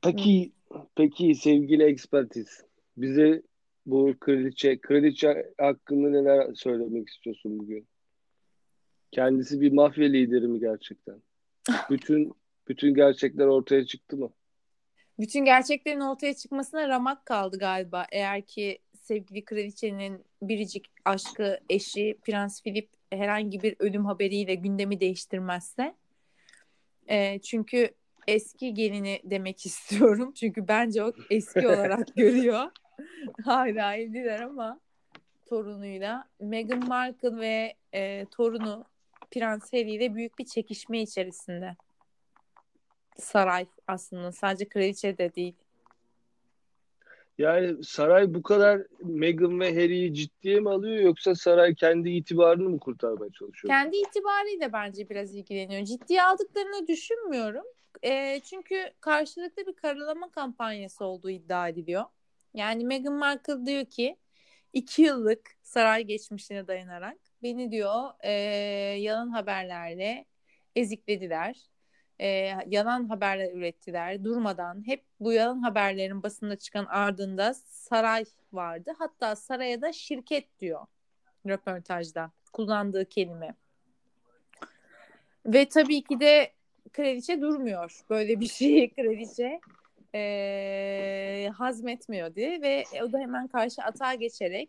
Peki, peki sevgili ekspertiz. Bize bu kraliçe hakkında neler söylemek istiyorsun bugün? Kendisi bir mafya lideri mi gerçekten? Bütün gerçekler ortaya çıktı mı? Bütün gerçeklerin ortaya çıkmasına ramak kaldı galiba. Eğer ki sevgili kraliçenin biricik aşkı eşi Prens Philip herhangi bir ölüm haberiyle gündemi değiştirmezse. Çünkü eski gelini demek istiyorum. Çünkü bence o eski olarak görüyor. Hala evliler ama torunuyla. Meghan Markle ve torunu Prens Harry ile büyük bir çekişme içerisinde. Saray aslında sadece kraliçe de değil. Yani saray bu kadar Meghan ve Harry'yi ciddiye mi alıyor yoksa saray kendi itibarını mı kurtarmaya çalışıyor Kendi burada? itibariyle bence biraz ilgileniyor. Ciddiye aldıklarını düşünmüyorum. Çünkü karşılıklı bir karalama kampanyası olduğu iddia ediliyor. Yani Meghan Markle diyor ki 2 yıllık saray geçmişine dayanarak beni diyor yalan haberlerle eziklediler. Yalan haberler ürettiler durmadan. Hep bu yalan haberlerin basında çıkan ardında saray vardı. Hatta saraya da şirket diyor röportajda kullandığı kelime. Ve tabii ki de kraliçe durmuyor. Böyle bir şeyi kraliçe hazmetmiyordu ve o da hemen karşı atağa geçerek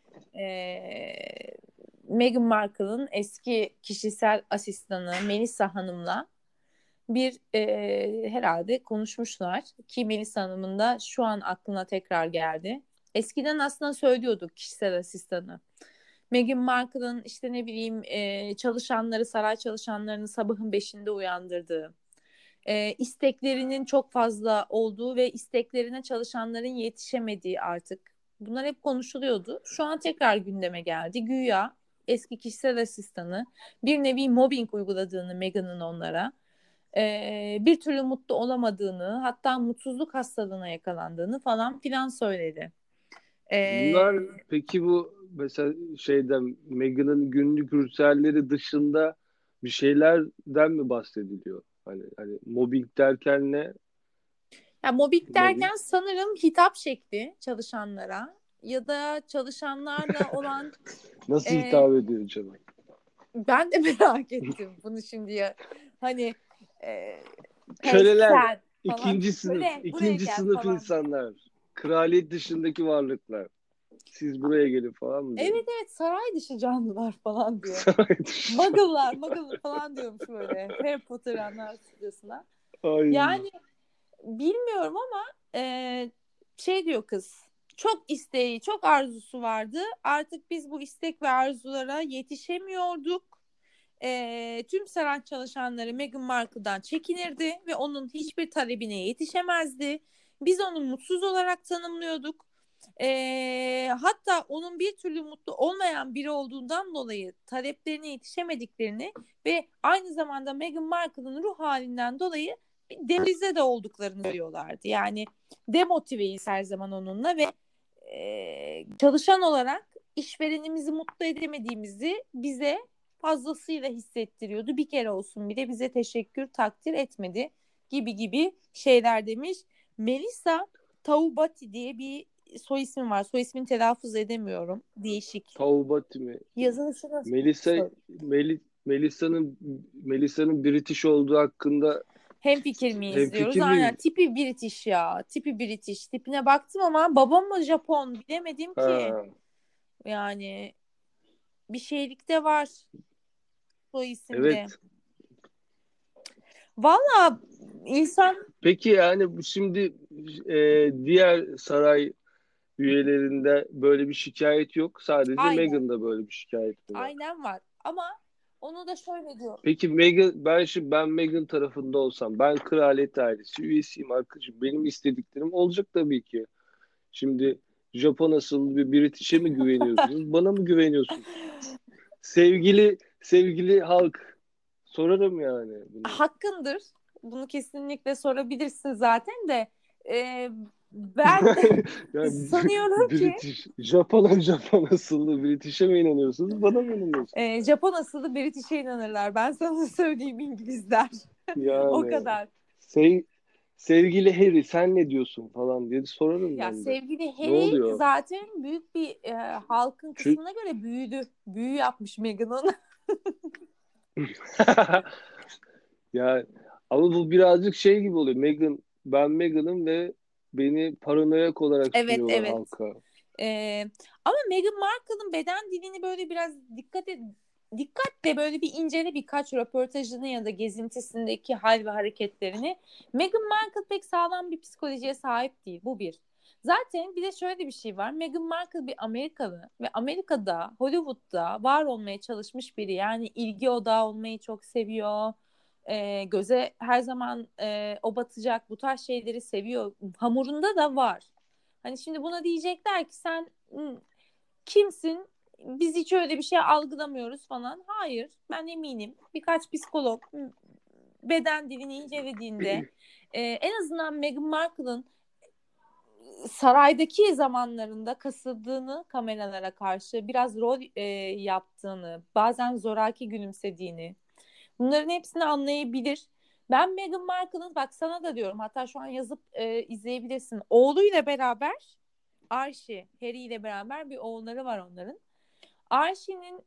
Meghan Markle'ın eski kişisel asistanı Melissa Hanım'la bir herhalde konuşmuşlar ki Melissa Hanım'ın da şu an aklına tekrar geldi. Eskiden aslında söylüyorduk kişisel asistanı. Meghan Markle'ın işte ne bileyim çalışanları, saray çalışanlarını sabahın 5'inde uyandırdığı, isteklerinin çok fazla olduğu ve isteklerine çalışanların yetişemediği artık. Bunlar hep konuşuluyordu. Şu an tekrar gündeme geldi. Güya eski kişisel asistanı bir nevi mobbing uyguladığını Meghan'ın onlara, bir türlü mutlu olamadığını, hatta mutsuzluk hastalığına yakalandığını falan filan söyledi. E, Bunlar peki bu mesela şeyden Meghan'ın günlük ritüelleri dışında bir şeylerden mi bahsediliyor? Hani mobbing derken ne? Ya mobbing Mobbing. derken sanırım hitap şekli çalışanlara ya da çalışanlarla olan Nasıl e, hitap ediyor acaba? ben de merak ettim bunu şimdi ya. Hani e, hey Köleler, sen falan ikinci sınıf, böyle buraya ikinci gel sınıf falan diye. insanlar, kraliyet dışındaki varlıklar. Siz buraya gelin falan mı diyor? Evet evet saray dışı canlılar falan diyor. Saray dışı. Muggle falan diyormuş böyle Harry Potter anlatıcısına. Ay. Yani bilmiyorum ama şey diyor kız. Çok isteği, çok arzusu vardı. Artık biz bu istek ve arzulara yetişemiyorduk. Tüm saray çalışanları Meghan Markle'dan çekinirdi ve onun hiçbir talebine yetişemezdi. Biz onu mutsuz olarak tanımlıyorduk. Hatta onun bir türlü mutlu olmayan biri olduğundan dolayı taleplerine yetişemediklerini ve aynı zamanda Meghan Markle'ın ruh halinden dolayı bir demoralize de olduklarını söylüyorlardı. Yani demotiveyiz her zaman onunla ve çalışan olarak işverenimizi mutlu edemediğimizi bize fazlasıyla hissettiriyordu. Bir kere olsun bile bize teşekkür takdir etmedi gibi gibi şeyler demiş. Melissa Taubati diye bir soy ismi var. Soy ismini telaffuz edemiyorum. Değişik. Taubati mi? Yazılışı nasıl? Melisa Melisa'nın British olduğu hakkında Hemfikir miyiz diyoruz. hemfikir Aynen miyiz? tipi British ya. Tipi British. Tipine baktım ama babam mı Japon bilemedim ki. Ha, Yani bir şeylik de var soy isimde. evet. Valla insan Peki yani şimdi diğer saray üyelerinde böyle bir şikayet yok. Sadece aynen. Meghan'da böyle bir şikayet mi var? Aynen var. Ama onu da şöyle diyor. Peki ben Meghan tarafında olsam, ben kraliyet ailesi üyesiyim arkadaşım. Benim istediklerim olacak tabii ki. Şimdi Japon asıllı bir British'e mi güveniyorsunuz? Bana mı güveniyorsunuz? Sevgili halk, sorarım yani bunu. Hakkındır. Bunu kesinlikle sorabilirsin zaten de e, ben Yani sanıyorum ki Japon asıllı British'e mi inanıyorsunuz? Bana mı inanıyorsunuz? Japon asıllı British'e inanırlar. Ben sana söyleyeyim İngilizler. O Yani kadar. sev, sevgili Harry sen ne diyorsun falan diye sorarım Ya ben de. sevgili Ne Harry oluyor? zaten büyük bir halkın Çünkü kısmına göre büyüdü. Büyü yapmış Meghan'ın. ya ama bu birazcık şey gibi oluyor. Ben Meghan'ım ve beni paranoyak olarak Evet, sunuyorlar evet. halka. Ama Meghan Markle'ın beden dilini böyle biraz dikkatle böyle bir incele birkaç röportajını ya da gezintisindeki hal ve hareketlerini. Meghan Markle pek sağlam bir psikolojiye sahip değil. Bu bir. Zaten bir de şöyle bir şey var. Meghan Markle bir Amerikalı ve Amerika'da, Hollywood'da var olmaya çalışmış biri. Yani ilgi odağı olmayı çok seviyor. Göze her zaman o batacak bu tarz şeyleri seviyor. Hamurunda da var. Hani şimdi buna diyecekler ki sen kimsin? Biz hiç öyle bir şey algılamıyoruz falan. Hayır, ben eminim. Birkaç psikolog beden dilini incelediğinde en azından Meghan Markle'ın saraydaki zamanlarında kasıldığını kameralara karşı biraz rol yaptığını, bazen zoraki gülümsediğini, bunların hepsini anlayabilir. Ben Meghan Markle'ın bak sana da diyorum hatta şu an yazıp izleyebilirsin. Oğluyla beraber Archie, Harry ile beraber bir oğulları var onların. Archie'nin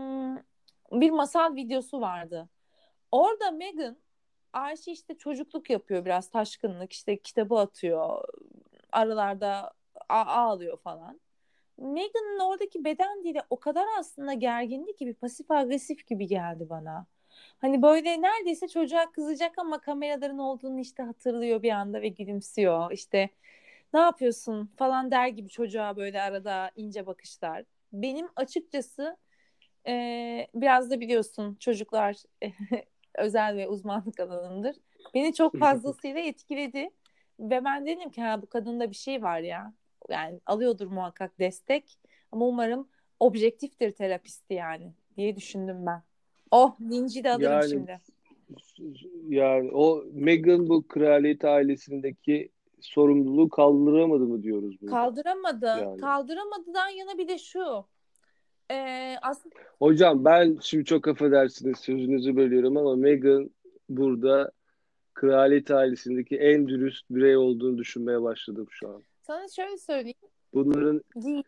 bir masal videosu vardı. Orada Meghan Archie işte çocukluk yapıyor biraz taşkınlık işte kitabı atıyor aralarda ağlıyor falan. Meghan'ın oradaki beden dili o kadar aslında gergindi ki bir pasif agresif gibi geldi bana. Hani böyle neredeyse çocuğa kızacak ama kameraların olduğunu işte hatırlıyor bir anda ve gülümsüyor. İşte ne yapıyorsun falan der gibi çocuğa böyle arada ince bakışlar. Benim açıkçası biraz da biliyorsun çocuklar özel ve uzmanlık alanımdır. Beni çok fazlasıyla etkiledi. Ve ben dedim ki ha, bu kadında bir şey var ya. Yani alıyordur muhakkak destek. Ama umarım objektiftir terapisti yani diye düşündüm ben. Oh linci de alırım Yani şimdi. yani o Meghan bu kraliyet ailesindeki sorumluluğu kaldıramadı mı diyoruz burada. Kaldıramadı. Yani. Kaldıramadıdan yana bir de şu. Aslında Hocam ben şimdi çok affedersiniz sözünüzü bölüyorum ama Meghan burada kraliyet ailesindeki en dürüst birey olduğunu düşünmeye başladım şu an. sana şöyle söyleyeyim. Bunların Değil.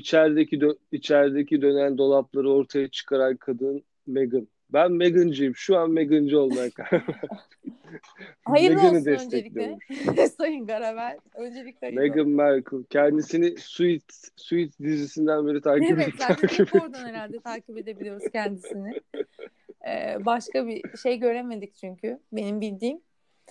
içerideki dönen dolapları ortaya çıkaran kadın Meghan. Ben Meghan'cıyım. Şu an Meghan'cı olmaya karar verdim. Hayırlı Meghan'ı olsun öncelikle. destekliyorum. Sayın Garavel. Öncelikle hayırlı olsun. Meghan Markle. Kendisini Suits dizisinden beri Evet zaten tek takip oradan ediyorum. herhalde takip edebiliyoruz kendisini. Başka bir şey göremedik çünkü benim bildiğim.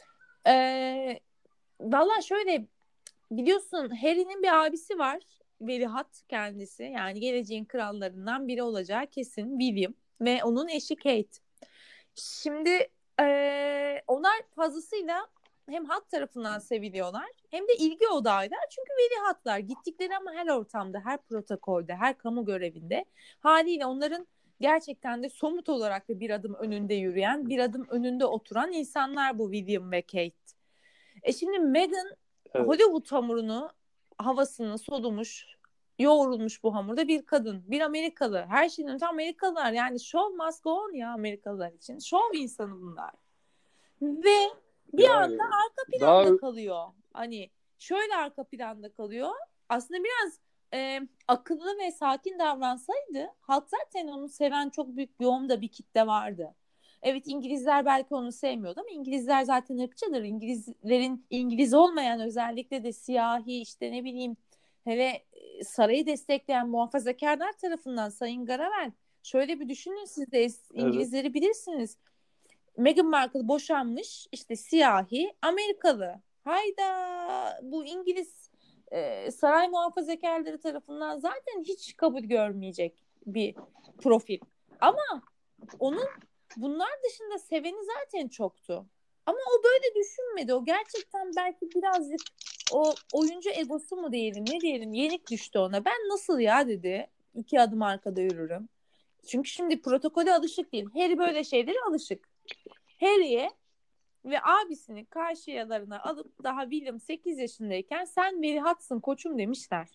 Valla şöyle biliyorsun Harry'nin bir abisi var. Veliaht kendisi. Yani geleceğin krallarından biri olacağı kesin William. Ve onun eşi Kate. Şimdi onlar fazlasıyla hem halk tarafından seviliyorlar hem de ilgi odağılar. Çünkü veliahtlar gittikleri ama her ortamda, her protokolde, her kamu görevinde haliyle onların gerçekten de somut olarak da bir adım önünde yürüyen, bir adım önünde oturan insanlar bu William ve Kate. Şimdi Meghan Evet. Hollywood hamurunu, havasını solumuş, yoğrulmuş bu hamurda bir kadın, bir Amerikalı. Her şeyden önce Amerikalılar. Yani show must go on ya Amerikalılar için. Show insanı bunlar. Ve bir anda Yani arka daha planda kalıyor. Hani şöyle arka planda kalıyor. Aslında biraz akıllı ve sakin davransaydı halk zaten onu seven çok büyük bir yoğun bir kitle vardı. Evet İngilizler belki onu sevmiyordu ama İngilizler zaten ırkçıdır. İngilizlerin İngiliz olmayan özellikle de siyahi işte ne bileyim hele sarayı destekleyen muhafazakarlar tarafından Sayın Garavel şöyle bir düşünün siz de evet. İngilizleri bilirsiniz. Meghan Markle boşanmış işte siyahi Amerikalı. Hayda bu İngiliz saray muhafazakarları tarafından zaten hiç kabul görmeyecek bir profil. Ama onun bunlar dışında seveni zaten çoktu. Ama o böyle düşünmedi. O gerçekten belki birazcık o oyuncu egosu mu diyelim ne diyelim yenik düştü ona. Ben nasıl ya dedi. 2 adım arkada yürürüm. Çünkü şimdi protokole alışık değil. Harry böyle şeylere alışık. Harry'e ve abisini karşıyalarına alıp daha William 8 yaşındayken sen veliahtsın koçum demişler.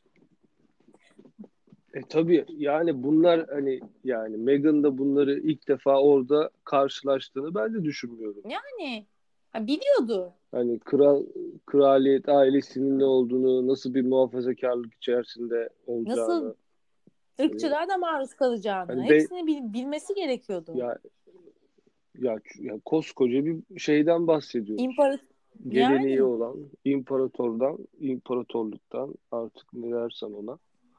Tabii yani bunlar hani Meghan da bunları ilk defa orada karşılaştığını ben de düşünmüyorum. Yani Ha, biliyordu. Hani kraliyet ailesinin ne olduğunu, nasıl bir muhafazakarlık içerisinde Nasıl olacağını. Hani, ırkçılığa da maruz kalacağını hani hepsini bilmesi gerekiyordu. ya, ya koskoca bir şeyden bahsediyoruz. İmparator Geleneği yani olan imparatorluktan artık ne dersen ona.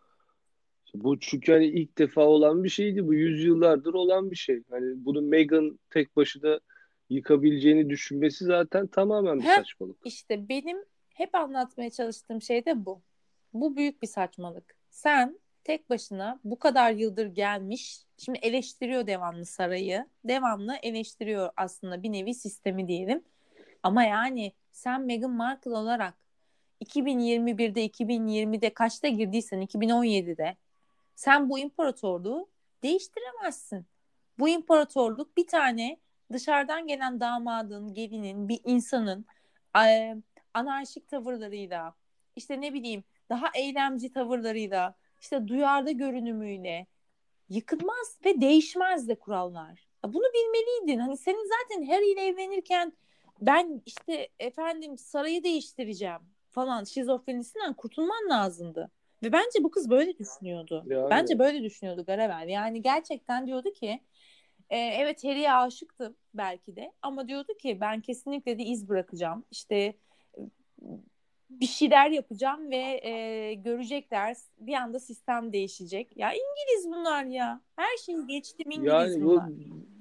Bu çünkü hani ilk defa olan bir şeydi. Bu yüzyıllardır olan bir şey. Hani bunu Meghan tek başına yıkabileceğini düşünmesi zaten tamamen bir heh, saçmalık. işte benim hep anlatmaya çalıştığım şey de bu. Bu büyük bir saçmalık. Sen tek başına bu kadar yıldır gelmiş, şimdi eleştiriyor devamlı sarayı. Devamlı eleştiriyor aslında bir nevi sistemi diyelim. Ama yani sen Meghan Markle olarak 2021'de, 2020'de kaçta girdiysen 2017'de sen bu imparatorluğu değiştiremezsin. Bu imparatorluk bir tane dışarıdan gelen damadın, gelinin, bir insanın e, anarşik tavırlarıyla, işte ne bileyim daha eylemci tavırlarıyla, işte duyarlı görünümüyle yıkılmaz ve değişmez de kurallar. Bunu bilmeliydin. Hani senin zaten Harry ile evlenirken ben işte efendim sarayı değiştireceğim falan şizofrenisinden kurtulman lazımdı. Ve bence bu kız böyle düşünüyordu. Bence Yani böyle düşünüyordu Garavel. Yani gerçekten diyordu ki evet Harry'e aşıktım belki de ama diyordu ki ben kesinlikle de iz bırakacağım. İşte e, bir şeyler yapacağım ve görecekler bir anda sistem değişecek. Ya İngiliz bunlar ya. Her şeyi geçtim İngiliz yani bu bunlar.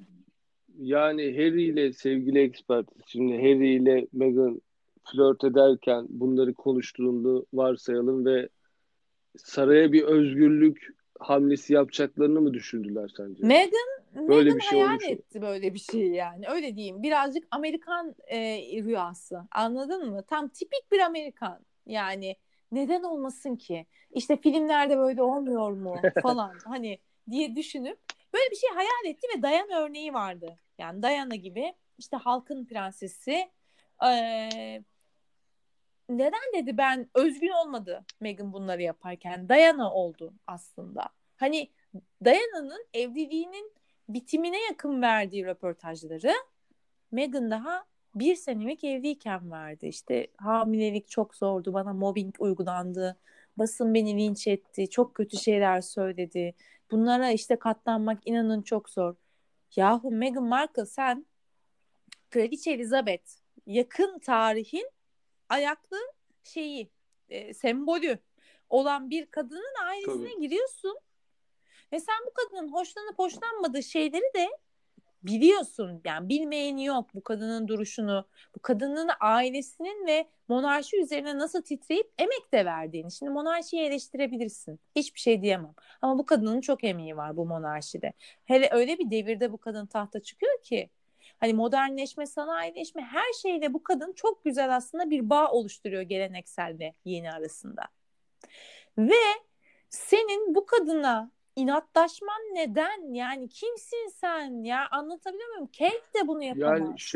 yani Harry ile sevgili expert, şimdi Harry ile Meghan flört ederken bunları konuştuğunu varsayalım ve saraya bir özgürlük hamlesi yapacaklarını mı düşündüler sence? Böyle Meghan bir şey hayal olmuş. etti böyle bir şey yani. Öyle diyeyim. Birazcık Amerikan rüyası. Anladın mı? Tam tipik bir Amerikan. Yani neden olmasın ki? İşte filmlerde böyle olmuyor mu falan hani diye düşünüp böyle bir şey hayal etti ve Diana örneği vardı. Yani Diana gibi işte halkın prensesi. E, Neden dedi ben özgün olmadı Meghan bunları yaparken. Diana oldu aslında. Hani Diana'nın evliliğinin bitimine yakın verdiği röportajları Meghan daha bir senelik evliyken verdi. İşte hamilelik çok zordu, bana mobbing uygulandı, basın beni linç etti, çok kötü şeyler söyledi. Bunlara işte katlanmak inanın çok zor. Yahu Meghan Markle sen Kraliçe Elizabeth yakın tarihin ayaklı şeyi sembolü olan bir kadının Tabii. ailesine giriyorsun ve sen bu kadının hoşlanıp hoşlanmadığı şeyleri de biliyorsun. Yani bilmeyeni yok bu kadının duruşunu, bu kadının ailesinin ve monarşi üzerine nasıl titreyip emek de verdiğini. Şimdi monarşiyi eleştirebilirsin. Hiçbir şey diyemem. Ama bu kadının çok emeği var bu monarşide. Hele öyle bir devirde bu kadın tahta çıkıyor ki hani modernleşme, sanayileşme her şeyle bu kadın çok güzel aslında bir bağ oluşturuyor gelenekselle yeni arasında. Ve senin bu kadına inatlaşman neden? Yani kimsin sen? Ya anlatabiliyor muyum? Kate de bunu Yani yapamaz.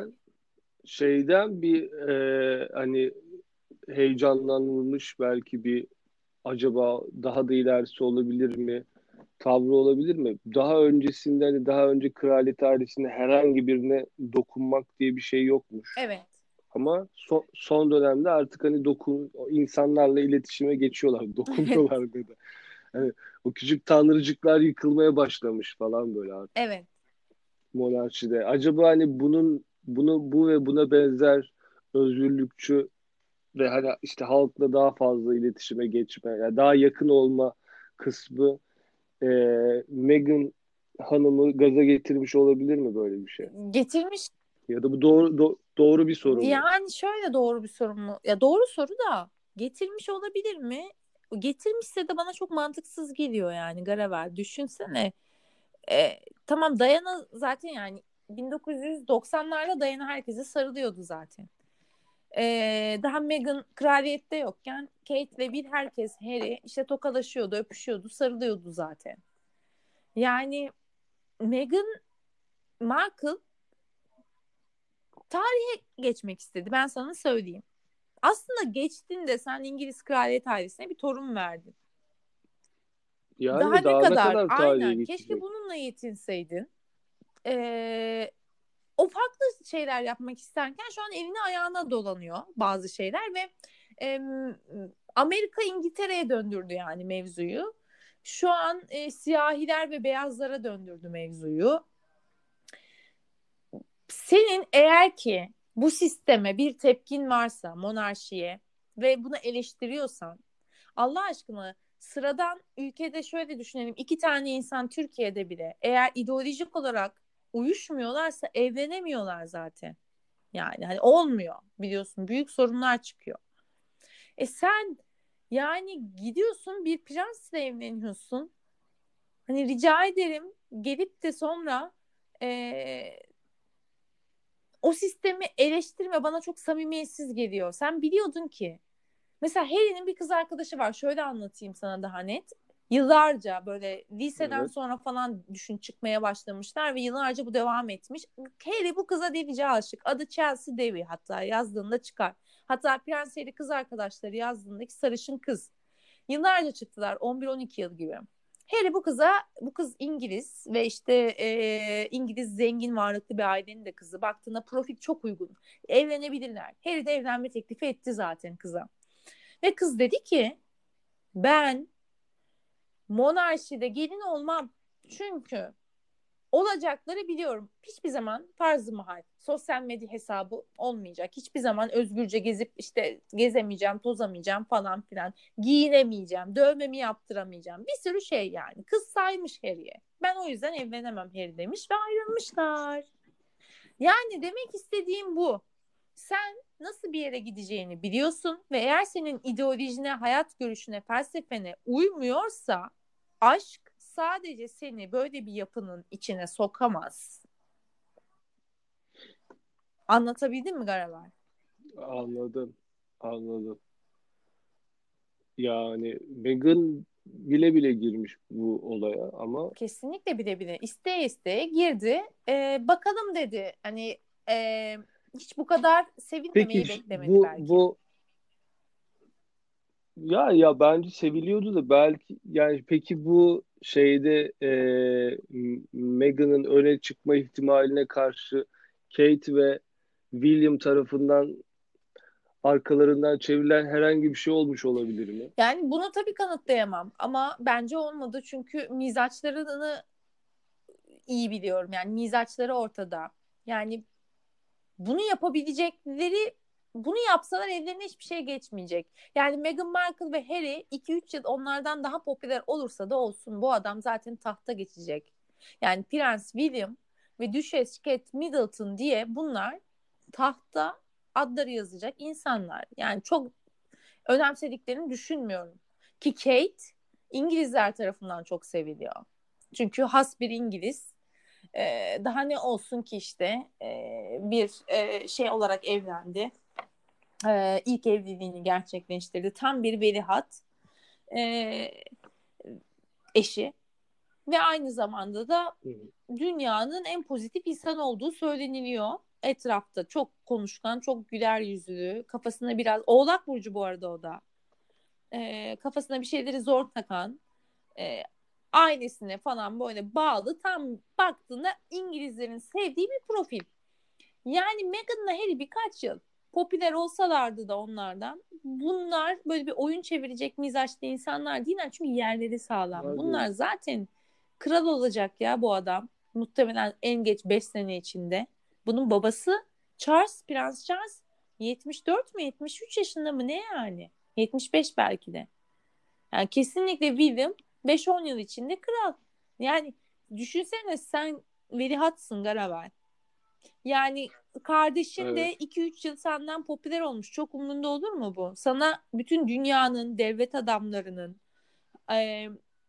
şeyden bir hani heyecanlanılmış belki bir acaba daha da ilerisi olabilir mi? Tavrı olabilir mi? Daha öncesinde hani daha önce kraliyet ailesinde herhangi birine dokunmak diye bir şey yokmuş. Evet. Ama son dönemde artık hani insanlarla iletişime geçiyorlar. Evet. Dokunuyorlar dedi. Hani o küçük tanrıcıklar yıkılmaya başlamış falan böyle artık Evet. monarşide. Acaba hani bu ve buna benzer özgürlükçü ve hani işte halkla daha fazla iletişime geçme, yani daha yakın olma kısmı e, Meghan Hanım'ı gaza getirmiş olabilir mi böyle bir şey? Getirmiş. Ya da bu doğru bir sorun mu? Yani şöyle doğru bir soru mu? Ya doğru soru da getirmiş olabilir mi? Getirmişse de bana çok mantıksız geliyor yani Garavel. Düşünsene. E, tamam Diana zaten yani 1990'larda Diana herkese sarılıyordu zaten. Daha Meghan kraliyette yokken Kate ve Will herkes Harry işte tokalaşıyordu, öpüşüyordu, sarılıyordu zaten. Yani Meghan Markle tarihe geçmek istedi. Ben sana söyleyeyim. Aslında geçtiğinde sen İngiliz kraliyet ailesine bir torun verdin. Daha Yani ne daha ne kadar? kadar tarihe Aynen. Keşke geçecek? bununla yetinseydin. Ee, o farklı şeyler yapmak isterken şu an eline ayağına dolanıyor bazı şeyler ve e, Amerika İngiltere'ye döndürdü yani mevzuyu. Şu an siyahiler ve beyazlara döndürdü mevzuyu. Senin eğer ki bu sisteme bir tepkin varsa, monarşiye ve bunu eleştiriyorsan, Allah aşkına sıradan ülkede şöyle düşünelim. 2 tane insan Türkiye'de bile eğer ideolojik olarak uyuşmuyorlarsa evlenemiyorlar zaten. Yani hani olmuyor, biliyorsun, büyük sorunlar çıkıyor. Sen yani gidiyorsun bir prensle evleniyorsun. Hani rica ederim, gelip de sonra e, o sistemi eleştirme, bana çok samimiyetsiz geliyor. Sen biliyordun ki. Mesela Harry'nin bir kız arkadaşı var. Şöyle anlatayım sana daha net. Yıllarca böyle liseden Evet. sonra falan düşün çıkmaya başlamışlar ve yıllarca bu devam etmiş. Harry bu kıza delice aşık. Adı Chelsea Devi, hatta yazdığında çıkar. Hatta Prens Harry kız arkadaşları yazdığındaki sarışın kız. Yıllarca çıktılar, 11-12 yıl gibi. Harry bu kız İngiliz ve işte İngiliz zengin varlıklı bir ailenin de kızı. Baktığında profil çok uygun. Evlenebilirler. Harry de evlenme teklifi etti zaten kıza. Ve kız dedi ki ben monarşide gelin olmam. Çünkü olacakları biliyorum. Hiçbir zaman farz-ı mahal sosyal medya hesabı olmayacak. Hiçbir zaman özgürce gezip işte gezemeyeceğim, tozamayacağım falan filan. Giyinemeyeceğim, dövmemi yaptıramayacağım. Bir sürü şey yani. Kız saymış Harry'e. Ben o yüzden evlenemem Harry demiş ve ayrılmışlar. Yani demek istediğim bu. Sen nasıl bir yere gideceğini biliyorsun ve eğer senin ideolojine, hayat görüşüne, felsefene uymuyorsa aşk sadece seni böyle bir yapının içine sokamaz. Anlatabildim mi Garaver? Anladım. Anladım. Yani Meghan bile bile girmiş bu olaya ama Kesinlikle, bile bile isteye isteye girdi. Bakalım dedi. Hani hiç bu kadar peki sevilmemeyi beklemedi bu belki. bu ya bence seviliyordu da belki yani peki bu şeyde Meghan'ın öne çıkma ihtimaline karşı Kate ve William tarafından arkalarından çevrilen herhangi bir şey olmuş olabilir mi? Yani bunu tabii kanıtlayamam ama bence olmadı, çünkü mizaçlarını iyi biliyorum. Yani mizaçları ortada. Yani bunu yapabilecekleri, bunu yapsalar ellerine hiçbir şey geçmeyecek. Yani Meghan Markle ve Harry 2-3 yıl onlardan daha popüler olursa da olsun, bu adam zaten tahta geçecek. Yani Prens William ve Duchess Kate Middleton diye bunlar tahta adları yazacak insanlar. Yani çok önemsediklerini düşünmüyorum. Ki Kate İngilizler tarafından çok seviliyor. Çünkü has bir İngiliz. Daha ne olsun ki işte bir şey olarak evlendi. İlk evliliğini gerçekleştirdi. Tam bir veliaht e, eşi ve aynı zamanda da Hı hı. dünyanın en pozitif insan olduğu söyleniliyor. Etrafta çok konuşkan, çok güler yüzlü, kafasına biraz Oğlak burcu bu arada o da. Kafasına bir şeyleri zor takan, e, ailesine falan böyle bağlı, tam baktığında İngilizlerin sevdiği bir profil. Yani Meghan'la Harry birkaç yıl popüler olsalardı da onlardan, bunlar böyle bir oyun çevirecek mizaçlı insanlar değiller, çünkü yerleri sağlam. Var Bunlar değil. zaten kral olacak ya bu adam. Muhtemelen en geç 5 sene içinde. Bunun babası Charles, Prens Charles 74 mü 73 yaşında mı ne yani? 75 belki de. Yani kesinlikle William 5-10 yıl içinde kral. Yani düşünsene, sen veliahtsın Garavel. Yani kardeşin de Evet. 2-3 yıl senden popüler olmuş. Çok umurunda olur mu bu? Sana bütün dünyanın, devlet adamlarının, e,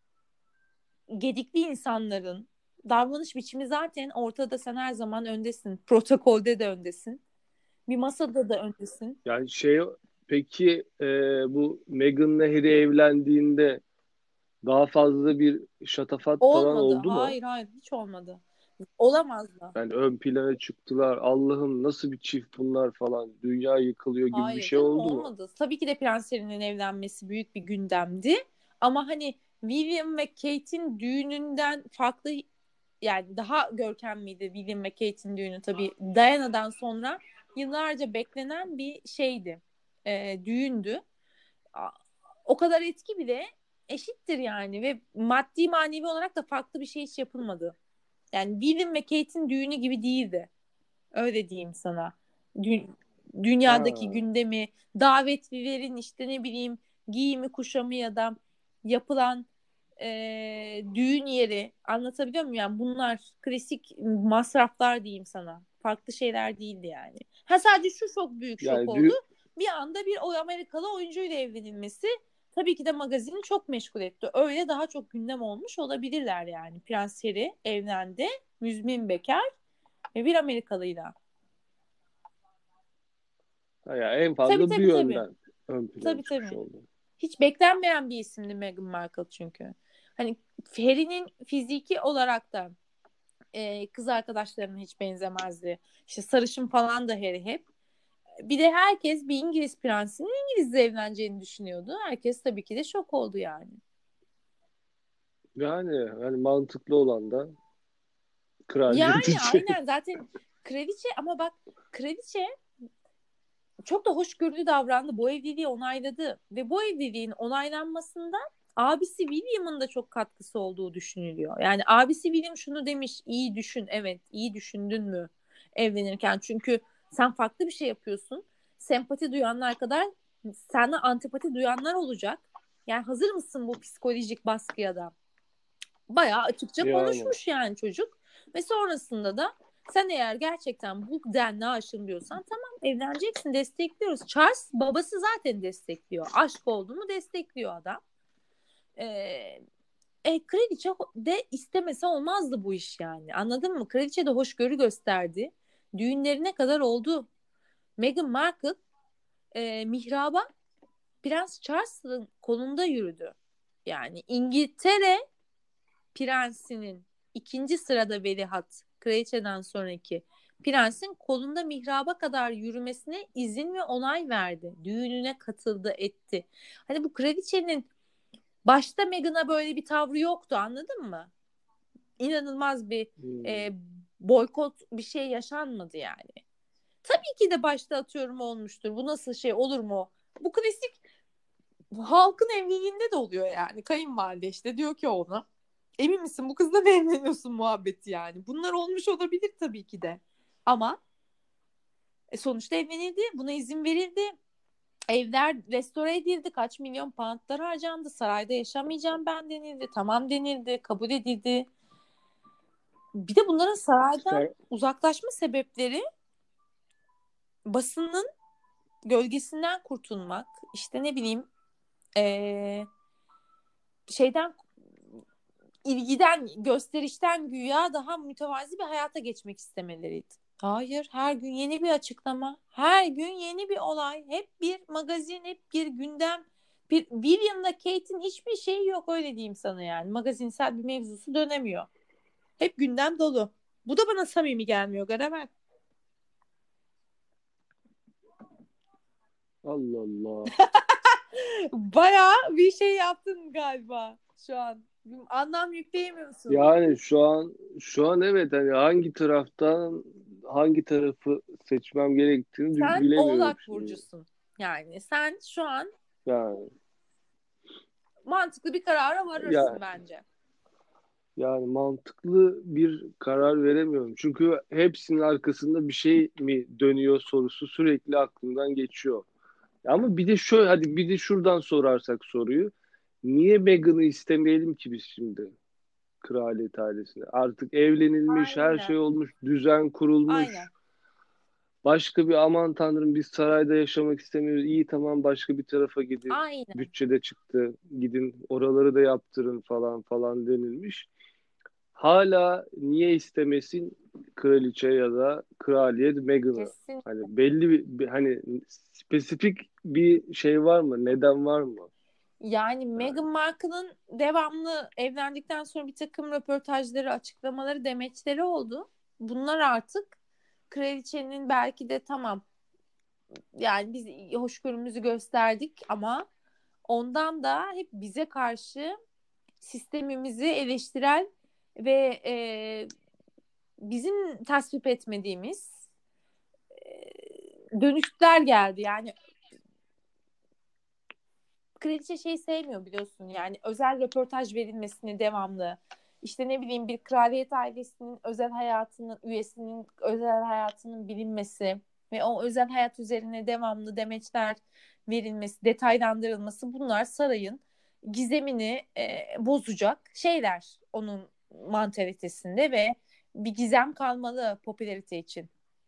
gedikli insanların davranış biçimi zaten ortada. Sen her zaman öndesin. Protokolde de öndesin. Bir masada da öndesin. Yani peki bu Meghan'la Harry evlendiğinde daha fazla bir şatafat falan Olmadı. oldu mu? Hayır, hayır, hiç olmadı. Olamaz da. Yani ön plana çıktılar. Allah'ım nasıl bir çift bunlar falan. Dünya yıkılıyor gibi bir Hayır şey canım, oldu mu? olmadı. Tabii ki de prenslerinin evlenmesi büyük bir gündemdi. Ama hani William ve Kate'in düğününden farklı yani daha görkemliydi William ve Kate'in düğünü tabii. Diana'dan sonra yıllarca beklenen bir şeydi. Düğündü. O kadar etki bile eşittir yani ve maddi manevi olarak da farklı bir şey hiç yapılmadı. Yani William ve Kate'in düğünü gibi değildi. Öyle diyeyim sana. Dünyadaki Ha. gündemi, davetlilerin işte ne bileyim giyimi, kuşamı ya da yapılan düğün yeri, anlatabiliyor muyum? Yani bunlar klasik masraflar diyeyim sana. Farklı şeyler değildi yani. Ha, sadece şu çok büyük şok Yani oldu. Bir anda bir Amerikalı oyuncuyla evlenilmesi tabii ki de magazini çok meşgul etti. Öyle daha çok gündem olmuş olabilirler yani. Prens Harry evlendi. Müzmin bekar ve bir Amerikalıyla. ya en Tabii fazla bir tabii tabii. yönden ön plana Tabii çıkmış tabii. oldu. Hiç beklenmeyen bir isimdi Meghan Markle çünkü. Hani Harry'nin fiziki olarak da kız arkadaşlarına hiç benzemezdi. İşte sarışın falan da Harry hep. Bir de herkes bir İngiliz prensinin İngilizle evleneceğini düşünüyordu. Herkes tabii ki de şok oldu yani. Yani mantıklı olan da kraliyet Yani için. aynen zaten kraliçe, ama bak kraliçe çok da hoşgörülü davrandı. Bu evliliği onayladı ve bu evliliğin onaylanmasında abisi William'ın da çok katkısı olduğu düşünülüyor. Yani abisi William şunu demiş: iyi düşün, evet iyi düşündün mü evlenirken, çünkü sen farklı bir şey yapıyorsun. Sempati duyanlar kadar sana antipati duyanlar olacak. Yani hazır mısın bu psikolojik baskıya da? Bayağı açıkça Yani konuşmuş yani çocuk. Ve sonrasında da sen eğer gerçekten bu denli aşığım diyorsan tamam, evleneceksin, destekliyoruz. Charles babası zaten destekliyor. Aşk oldu mu destekliyor adam. Kraliçe de istemese olmazdı bu iş yani. Anladın mı? Kraliçe de hoşgörü gösterdi. Düğünlerine kadar oldu. Meghan Markle mihraba Prens Charles'ın kolunda yürüdü. Yani İngiltere prensinin ikinci sırada veliaht, kraliçeden sonraki prensin kolunda mihraba kadar yürümesine izin ve onay verdi. Düğününe katıldı, etti. Hani bu kraliçenin başta Meghan'a böyle bir tavrı yoktu, anladın mı? İnanılmaz bir hmm. boykot bir şey yaşanmadı yani. Tabii ki de başta atıyorum olmuştur. Bu nasıl şey olur mu? Bu klasik halkın evliliğinde de oluyor yani. Kayınvalide işte diyor ki ona, emin misin bu kızla mı evleniyorsun muhabbeti yani. Bunlar olmuş olabilir tabii ki de. Ama sonuçta evlenildi. Buna izin verildi. Evler restore edildi. Kaç milyon poundlar harcandı. Sarayda yaşamayacağım ben denildi. Tamam denildi. Kabul edildi. Bir de bunların saraydan Sar- uzaklaşma sebepleri basının gölgesinden kurtulmak. İşte ne bileyim şeyden, ilgiden, gösterişten güya daha mütevazi bir hayata geçmek istemeleriydi. Hayır, her gün yeni bir açıklama, her gün yeni bir olay, hep bir magazin, hep bir gündem. William'la Kate'in hiçbir şeyi yok, öyle diyeyim sana yani. Magazinsel bir mevzusu dönemiyor. Hep gündem dolu. Bu da bana samimi gelmiyor Garavel. Allah Allah. Bayağı bir şey yaptın galiba şu an. Anlam yükleyemiyorsun. Yani şu an evet, hani hangi tarafı seçmem gerektiğini Sen bilemiyorum Oğlak şimdi. burcusun. Yani sen şu an Yani mantıklı bir karara ya varırsın bence. yani mantıklı bir karar veremiyorum. Çünkü hepsinin arkasında bir şey mi dönüyor sorusu sürekli aklımdan geçiyor. Ama bir de şöyle, hadi bir de şuradan sorarsak soruyu. Niye Meghan'ı istemeyelim ki biz şimdi? Kraliyet ailesine. Artık evlenilmiş, her şey Aynen. olmuş, düzen kurulmuş. Aynen. Başka bir aman tanrım biz sarayda yaşamak istemiyoruz. İyi tamam, başka bir tarafa gidin. Aynen. Bütçede çıktı. Gidin oraları da yaptırın falan falan denilmiş. Hala niye istemesin kraliçe ya da kraliyet Meghan'ı? Kesin. Hani belli hani spesifik bir şey var mı? Neden var mı? Yani Yani, Meghan Markle'ın devamlı evlendikten sonra bir takım röportajları, açıklamaları, demeçleri oldu. Bunlar artık kraliçenin belki de tamam, yani biz hoşgörümüzü gösterdik ama ondan da hep bize karşı sistemimizi eleştirel ve bizim tasvip etmediğimiz dönüşler geldi. Yani kraliçe şeyi sevmiyor biliyorsun, yani özel röportaj verilmesini devamlı. İşte ne bileyim, bir kraliyet ailesinin özel hayatının, üyesinin özel hayatının bilinmesi ve o özel hayat üzerine devamlı demeçler verilmesi, detaylandırılması, bunlar sarayın gizemini bozacak şeyler onun mantalitesinde ve bir gizem kalmalı popülarite için.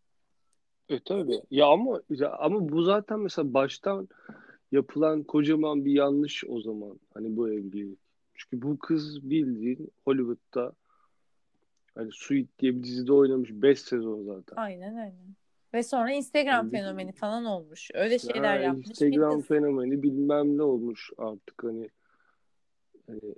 Tabii. Ya ama bu zaten mesela baştan yapılan kocaman bir yanlış o zaman. Hani bu evlilik. Çünkü bu kız bildiğin Hollywood'da hani Suits diye bir dizide oynamış 5 sezon zaten. Aynen öyle. Ve sonra Instagram Yani fenomeni falan olmuş. Öyle şeyler yapmış bir Instagram kız. fenomeni bilmem ne olmuş artık hani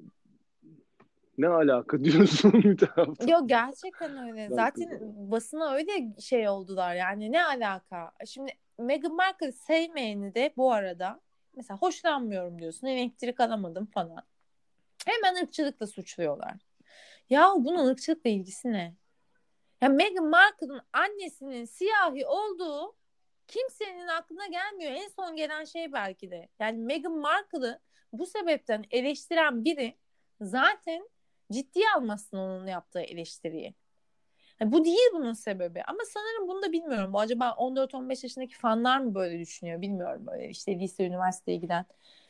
ne alaka diyorsun bir taraftan. Yok, gerçekten öyle. Baktığı Zaten zaman. basına öyle şey oldular yani, ne alaka? Şimdi Meghan Markle sevmeyeni de bu arada, mesela hoşlanmıyorum diyorsun, elektrik alamadım falan, hemen ırkçılıkla suçluyorlar. Ya bunun ırkçılıkla ilgisi ne? Ya Meghan Markle'ın annesinin siyahi olduğu kimsenin aklına gelmiyor. En son gelen şey belki de. Yani Meghan Markle'ı bu sebepten eleştiren biri zaten ciddiye almasın onun yaptığı eleştiriyi. Yani bu değil bunun sebebi. Ama sanırım bunu da bilmiyorum. Bu acaba 14-15 yaşındaki fanlar mı böyle düşünüyor bilmiyorum. Böyle işte lise, üniversiteye giden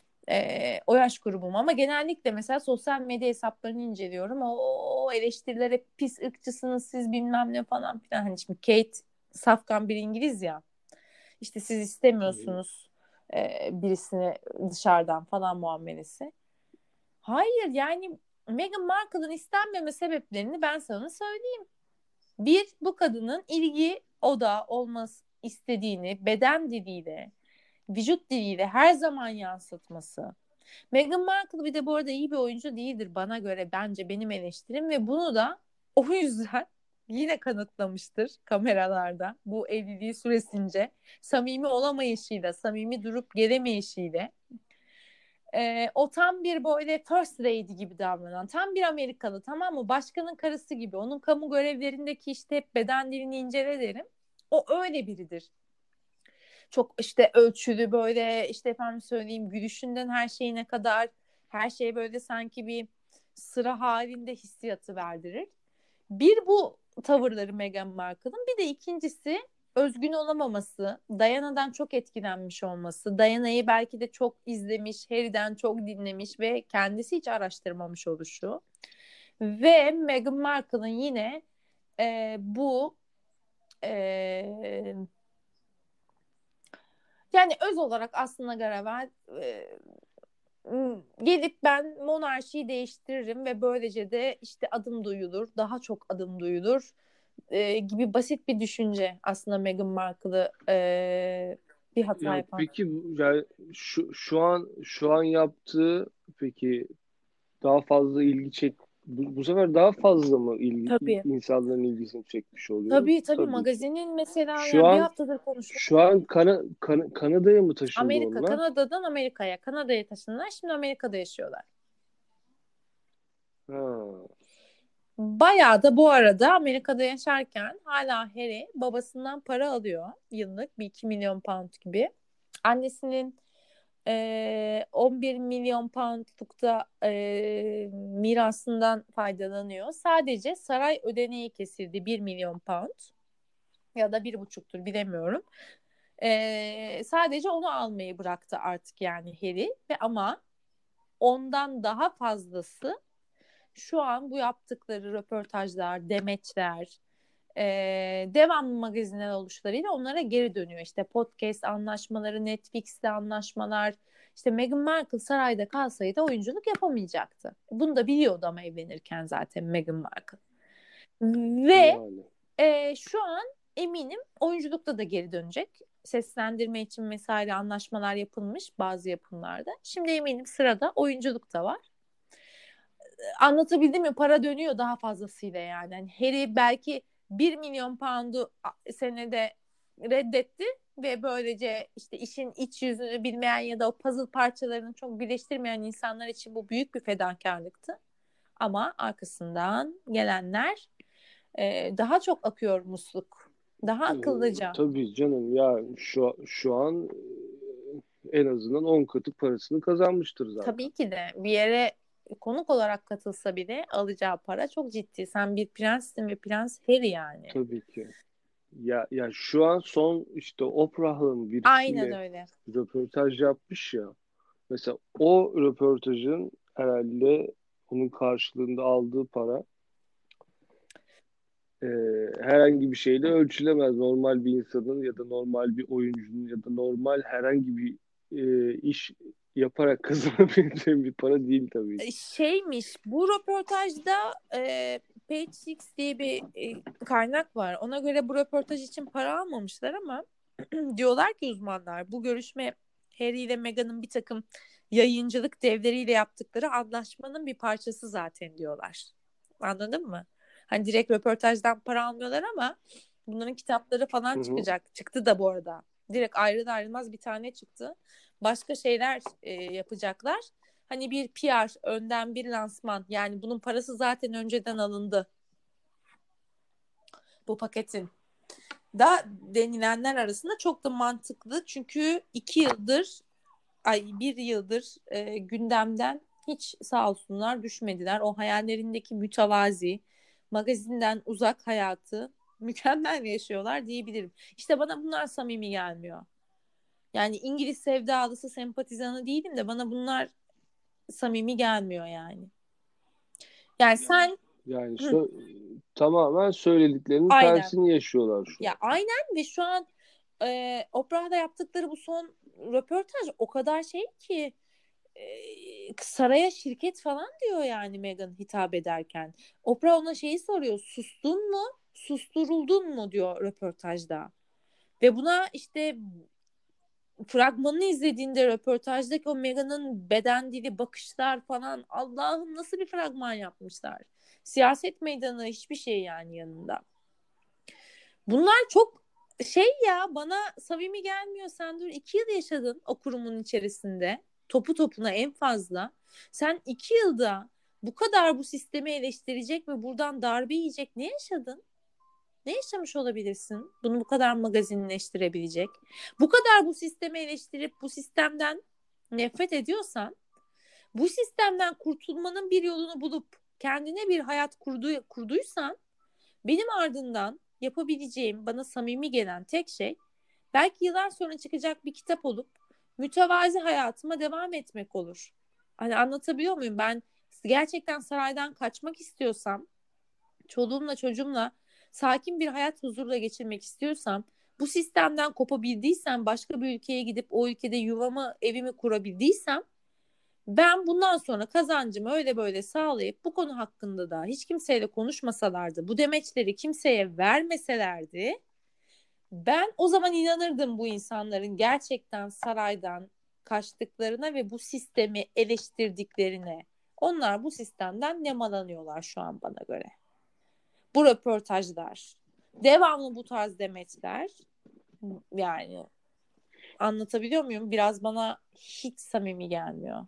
o yaş grubum. Ama genellikle mesela sosyal medya hesaplarını inceliyorum. O eleştirilere pis ırkçısınız siz bilmem ne falan filan. Hani şimdi Kate safkan bir İngiliz ya. İşte siz istemiyorsunuz birisini dışarıdan falan muamelesi. Hayır yani, Meghan Markle'ın istenmeme sebeplerini ben sana söyleyeyim. Bir, bu kadının ilgi odağı olması istediğini beden diliyle, vücut diliyle her zaman yansıtması. Meghan Markle bir de bu arada iyi bir oyuncu değildir bana göre, bence, benim eleştirim, ve bunu da o yüzden yine kanıtlamıştır kameralarda bu evliliği süresince, samimi olamayışıyla, samimi durup gelemeyişiyle. O tam bir böyle first lady gibi davranan, tam bir Amerikalı, tamam mı? Başkanın karısı gibi. Onun kamu görevlerindeki işte hep beden dilini incele derim. O öyle biridir. Çok işte ölçülü, böyle işte efendim söyleyeyim, gülüşünden her şeyine kadar, her şey böyle sanki bir sıra halinde hissiyatı verdirir. Bir, bu tavırları Meghan Markle'ın. Bir de ikincisi, özgün olamaması, Diana'dan çok etkilenmiş olması, Diana'yı belki de çok izlemiş, Harry'den çok dinlemiş ve kendisi hiç araştırmamış oluşu. Ve Meghan Markle'ın yine bu e, yani öz olarak aslına garaber gelip ben monarşiyi değiştiririm ve böylece de işte adım duyulur, daha çok adım duyulur gibi basit bir düşünce aslında Meghan Markle'ı bir hata Ya yapan. peki yani şu an yaptığı peki daha fazla ilgi bu sefer daha fazla mı Tabii. insanların ilgisini çekmiş oluyor? Tabii Tabii ki. magazinin mesela, Şu yani bir an haftadır konuşulan, şu an Kanada'ya mı taşındı Amerika, onlar? Kanada'dan Amerika'ya, Kanada'ya taşındılar. Şimdi Amerika'da yaşıyorlar. Ha. Bayağı da bu arada Amerika'da yaşarken hala Harry babasından para alıyor yıllık, bir 2 milyon pound gibi. Annesinin 11 milyon poundlukta mirasından faydalanıyor. Sadece saray ödeneği kesildi, 1 milyon pound ya da 1,5'tur bilemiyorum. Sadece onu almayı bıraktı artık yani Harry, ve ama ondan daha fazlası şu an bu yaptıkları röportajlar, demeçler, devamlı magazinel oluşlarıyla onlara geri dönüyor. İşte podcast anlaşmaları, Netflix'te anlaşmalar. İşte Meghan Markle sarayda kalsaydı oyunculuk yapamayacaktı. Bunu da biliyordu ama evlenirken zaten Meghan Markle. Ve Yani. şu an eminim oyunculukta da geri dönecek. Seslendirme için vesaire anlaşmalar yapılmış bazı yapımlarda. Şimdi eminim sırada oyunculuk da var. Anlatabildim mi? Para dönüyor daha fazlasıyla yani. Yani Harry belki 1 milyon pound'u senede reddetti ve böylece işte işin iç yüzünü bilmeyen ya da o puzzle parçalarını çok birleştirmeyen insanlar için bu büyük bir fedakarlıktı. ama arkasından gelenler daha çok akıyor musluk. Daha akıllıca. Tabii canım ya, şu an en azından 10 katı parasını kazanmıştır zaten. Tabii ki de bir yere konuk olarak katılsa bile alacağı para çok ciddi. Sen bir prenssin ve prens Harry yani. Tabii ki. Ya şu an son işte Oprah'ın Aynen birisiyle öyle. röportaj yapmış ya. Mesela o röportajın herhalde onun karşılığında aldığı para e, herhangi bir şeyle ölçülemez. Normal bir insanın ya da normal bir oyuncunun ya da normal herhangi bir iş yaparak kazanabileceğim bir para değil tabii ki. Şeymiş bu röportajda Page Six diye bir kaynak var. Ona göre bu röportaj için para almamışlar ama diyorlar ki uzmanlar bu görüşme Harry ile Meghan'ın bir takım yayıncılık devleriyle yaptıkları anlaşmanın bir parçası zaten diyorlar. Anladın mı? Hani direkt röportajdan para almıyorlar ama bunların kitapları falan Hı hı. çıkacak. Çıktı da bu arada. Direkt ayrı ayrılmaz bir tane çıktı. Başka şeyler yapacaklar. Hani bir PR, önden bir lansman. Yani bunun parası zaten önceden alındı. Bu paketin. Da denilenler arasında çok da mantıklı. Çünkü 1 yıldır gündemden hiç sağ olsunlar düşmediler. O hayallerindeki mütevazi, magazinden uzak hayatı mükemmel yaşıyorlar diyebilirim. İşte bana bunlar samimi gelmiyor. Yani İngiliz sevdalısı, sempatizanı değilim de bana bunlar samimi gelmiyor yani. Yani sen Yani tamamen söylediklerinin aynen. tersini yaşıyorlar şu Ya an. aynen ve şu an Oprah'da yaptıkları bu son röportaj o kadar şey ki saraya şirket falan diyor yani Meghan hitap ederken. Oprah ona şeyi soruyor. Sustun mu? Susturuldun mu diyor röportajda. Ve buna işte fragmanını izlediğinde röportajdaki o Meghan'ın beden dili, bakışlar falan Allah'ım nasıl bir fragman yapmışlar. Siyaset meydanı hiçbir şey yani yanında. Bunlar çok şey ya bana samimi gelmiyor. Sen dur 2 yıl yaşadın o kurumun içerisinde. Topu topuna en fazla. Sen 2 yılda bu kadar bu sistemi eleştirecek ve buradan darbe yiyecek ne yaşadın? Ne yaşamış olabilirsin? Bunu bu kadar magazinleştirebilecek. Bu kadar bu sistemi eleştirip bu sistemden nefret ediyorsan, bu sistemden kurtulmanın bir yolunu bulup kendine bir hayat kurduysan, benim ardından yapabileceğim, bana samimi gelen tek şey belki yıllar sonra çıkacak bir kitap olup mütevazi hayatıma devam etmek olur. Hani anlatabiliyor muyum? Ben gerçekten saraydan kaçmak istiyorsam, çoluğumla çocuğumla sakin bir hayat huzurla geçirmek istiyorsam, bu sistemden kopabildiysem, başka bir ülkeye gidip o ülkede yuvamı, evimi kurabildiysem, ben bundan sonra kazancımı öyle böyle sağlayıp bu konu hakkında da hiç kimseyle konuşmasalardı, bu demeçleri kimseye vermeselerdi, ben o zaman inanırdım bu insanların gerçekten saraydan kaçtıklarına ve bu sistemi eleştirdiklerine. Onlar bu sistemden nemalanıyorlar şu an bana göre. Bu röportajlar, devamlı bu tarz demeçler, yani anlatabiliyor muyum? Biraz bana hiç samimi gelmiyor.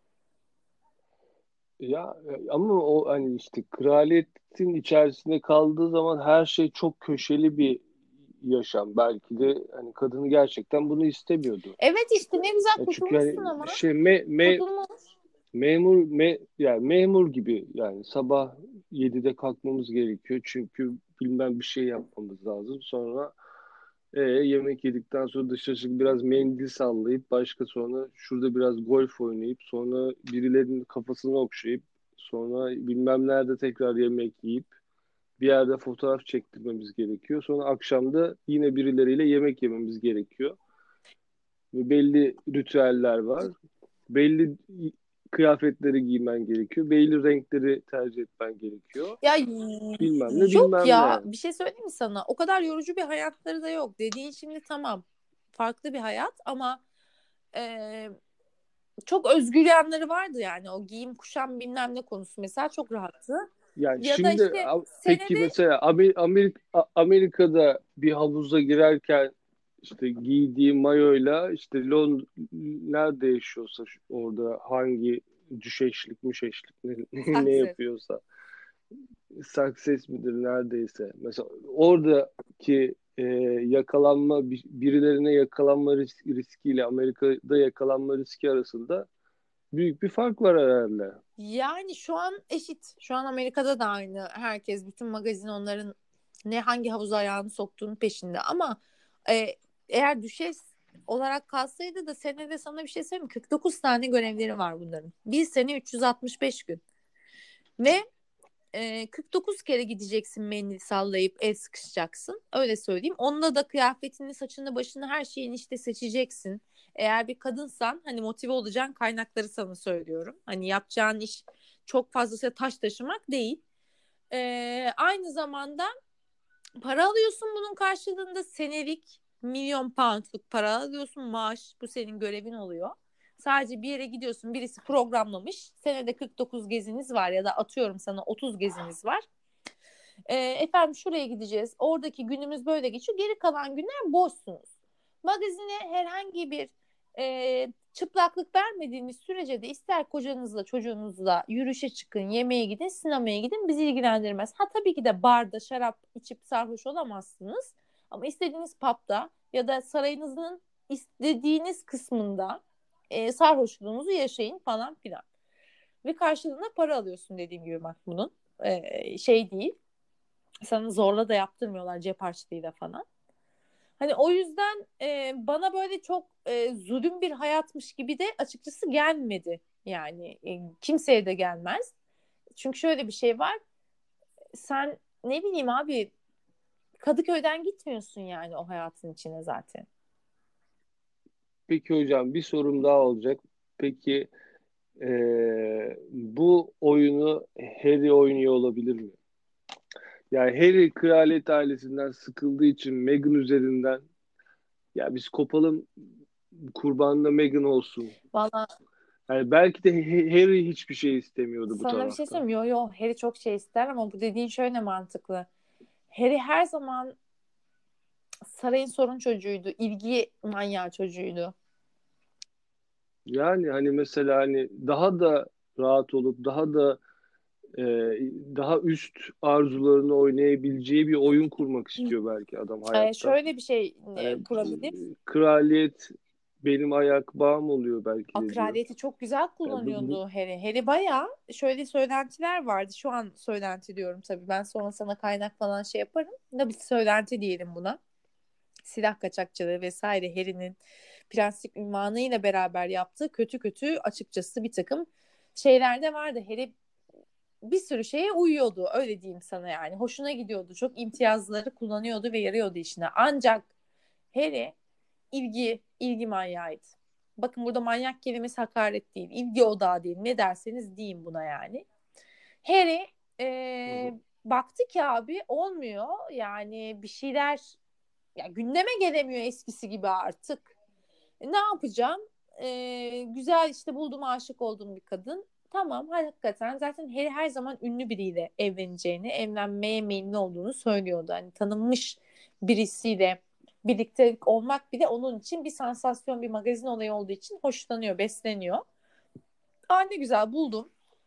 Ya ama o hani işte kraliyetin içerisinde kaldığı zaman her şey çok köşeli bir yaşam. Belki de hani kadını gerçekten bunu istemiyordu. Evet işte ne güzel Ya çünkü kurtulmuşsun hani ama. şey Kurtulmuş. yani memur gibi, yani sabah 7'de kalkmamız gerekiyor çünkü bilmem bir şey yapmamız lazım. Sonra yemek yedikten sonra dışarı çıkıp biraz mendil sallayıp başka, sonra şurada biraz golf oynayıp sonra birilerinin kafasını okşayıp sonra bilmem nerede tekrar yemek yiyip bir yerde fotoğraf çektirmemiz gerekiyor. Sonra akşamda yine birileriyle yemek yememiz gerekiyor. Ve belli ritüeller var. Belli kıyafetleri giymen gerekiyor. Belli renkleri tercih etmen gerekiyor. Ya Bilmem ne yok bilmem ya ne. bir şey söyleyeyim mi sana? O kadar yorucu bir hayatları da yok. Dediğin şimdi tamam. Farklı bir hayat ama e, çok özgür yanları vardı yani. O giyim kuşam bilmem ne konusu mesela çok rahattı. Yani Ya da şimdi işte peki senede mesela Amerika'da bir havuza girerken işte giydiği mayoyla işte nerede yaşıyorsa orada hangi düşeşlik, müşeşlik ne Success. yapıyorsa. Success midir neredeyse. Mesela oradaki yakalanma, birilerine yakalanma riskiyle Amerika'da yakalanma riski arasında büyük bir fark var herhalde. Yani şu an eşit. Şu an Amerika'da da aynı. Herkes, bütün magazin onların hangi havuza ayağını soktuğunun peşinde. Ama e, eğer düşes olarak kalsaydı da, senede sana bir şey söyleyeyim mi? 49 tane görevleri var bunların. Bir sene 365 gün. Ve 49 kere gideceksin, mendil sallayıp el sıkışacaksın. Öyle söyleyeyim. Onunla da kıyafetini, saçını, başını, her şeyini işte seçeceksin. Eğer bir kadınsan hani motive olacağın kaynakları sana söylüyorum. Hani yapacağın iş çok fazlasıyla taş taşımak değil. Aynı zamanda para alıyorsun bunun karşılığında, senelik milyon poundluk para alıyorsun, maaş. Bu senin görevin oluyor. Sadece bir yere gidiyorsun, birisi programlamış. Senede 49 geziniz var ya da atıyorum sana 30 geziniz var. Efendim şuraya gideceğiz. Oradaki günümüz böyle geçiyor. Geri kalan günler boşsunuz. Magazine herhangi bir çıplaklık vermediğiniz sürece de ister kocanızla çocuğunuzla yürüyüşe çıkın, yemeğe gidin, sinemaya gidin, bizi ilgilendirmez. Ha tabii ki de barda şarap içip sarhoş olamazsınız. Ama istediğiniz pub'da ya da sarayınızın istediğiniz kısmında sarhoşluğunuzu yaşayın falan filan. Ve karşılığında para alıyorsun, dediğim gibi bak bunun. Şey değil. Sana zorla da yaptırmıyorlar, cep harçlığıyla falan. Hani o yüzden bana böyle çok zulüm bir hayatmış gibi de açıkçası gelmedi. Yani kimseye de gelmez. Çünkü şöyle bir şey var. Sen ne bileyim abi, Kadıköy'den gitmiyorsun yani o hayatın içine zaten. Peki hocam bir sorum daha olacak. Peki bu oyunu Harry oynuyor olabilir mi? Yani Harry kraliyet ailesinden sıkıldığı için Meghan üzerinden ya biz kopalım kurbanında Meghan olsun. Valla Yani belki de Harry hiçbir şey istemiyordu bu sana bir şey tarafta. söyleyeyim. Yo yo, Harry çok şey ister ama bu dediğin şöyle mantıklı. Harry her zaman sarayın sorun çocuğuydu. İlgi manyağı çocuğuydu. Yani hani mesela hani daha da rahat olup e, daha üst arzularını oynayabileceği bir oyun kurmak istiyor belki adam hayatta. Şöyle bir şey Hani kurabilir. kraliyet benim ayak bağım oluyor belki de diyor. Akraliyeti çok güzel Yani bu kullanıyordu Harry. Harry bayağı şöyle söylentiler vardı. Şu an söylenti diyorum tabii. Ben sonra sana kaynak falan şey yaparım. Da bir söylenti diyelim buna. Silah kaçakçılığı vesaire, Harry'nin prenslik ünvanıyla beraber yaptığı kötü kötü açıkçası bir takım şeyler de vardı. Harry bir sürü şeye uyuyordu. Öyle diyeyim sana yani. Hoşuna gidiyordu. Çok imtiyazları kullanıyordu ve yarıyordu işine. Ancak Harry ilgi manyağıydı. Bakın burada manyak kelimesi hakaret değil. İlgi odağı değil. Ne derseniz deyin buna yani. Harry Hı hı. baktı ki abi olmuyor. Yani bir şeyler ya gündeme gelemiyor eskisi gibi artık. Ne yapacağım? Güzel işte buldum, aşık olduğum bir kadın. Tamam, hakikaten zaten Harry her zaman ünlü biriyle evleneceğini, evlenmeye meyilli olduğunu söylüyordu. Hani tanınmış birisiyle birliktelik olmak bile onun için bir sansasyon, bir magazin olayı olduğu için hoşlanıyor, besleniyor. Aa ne güzel buldum.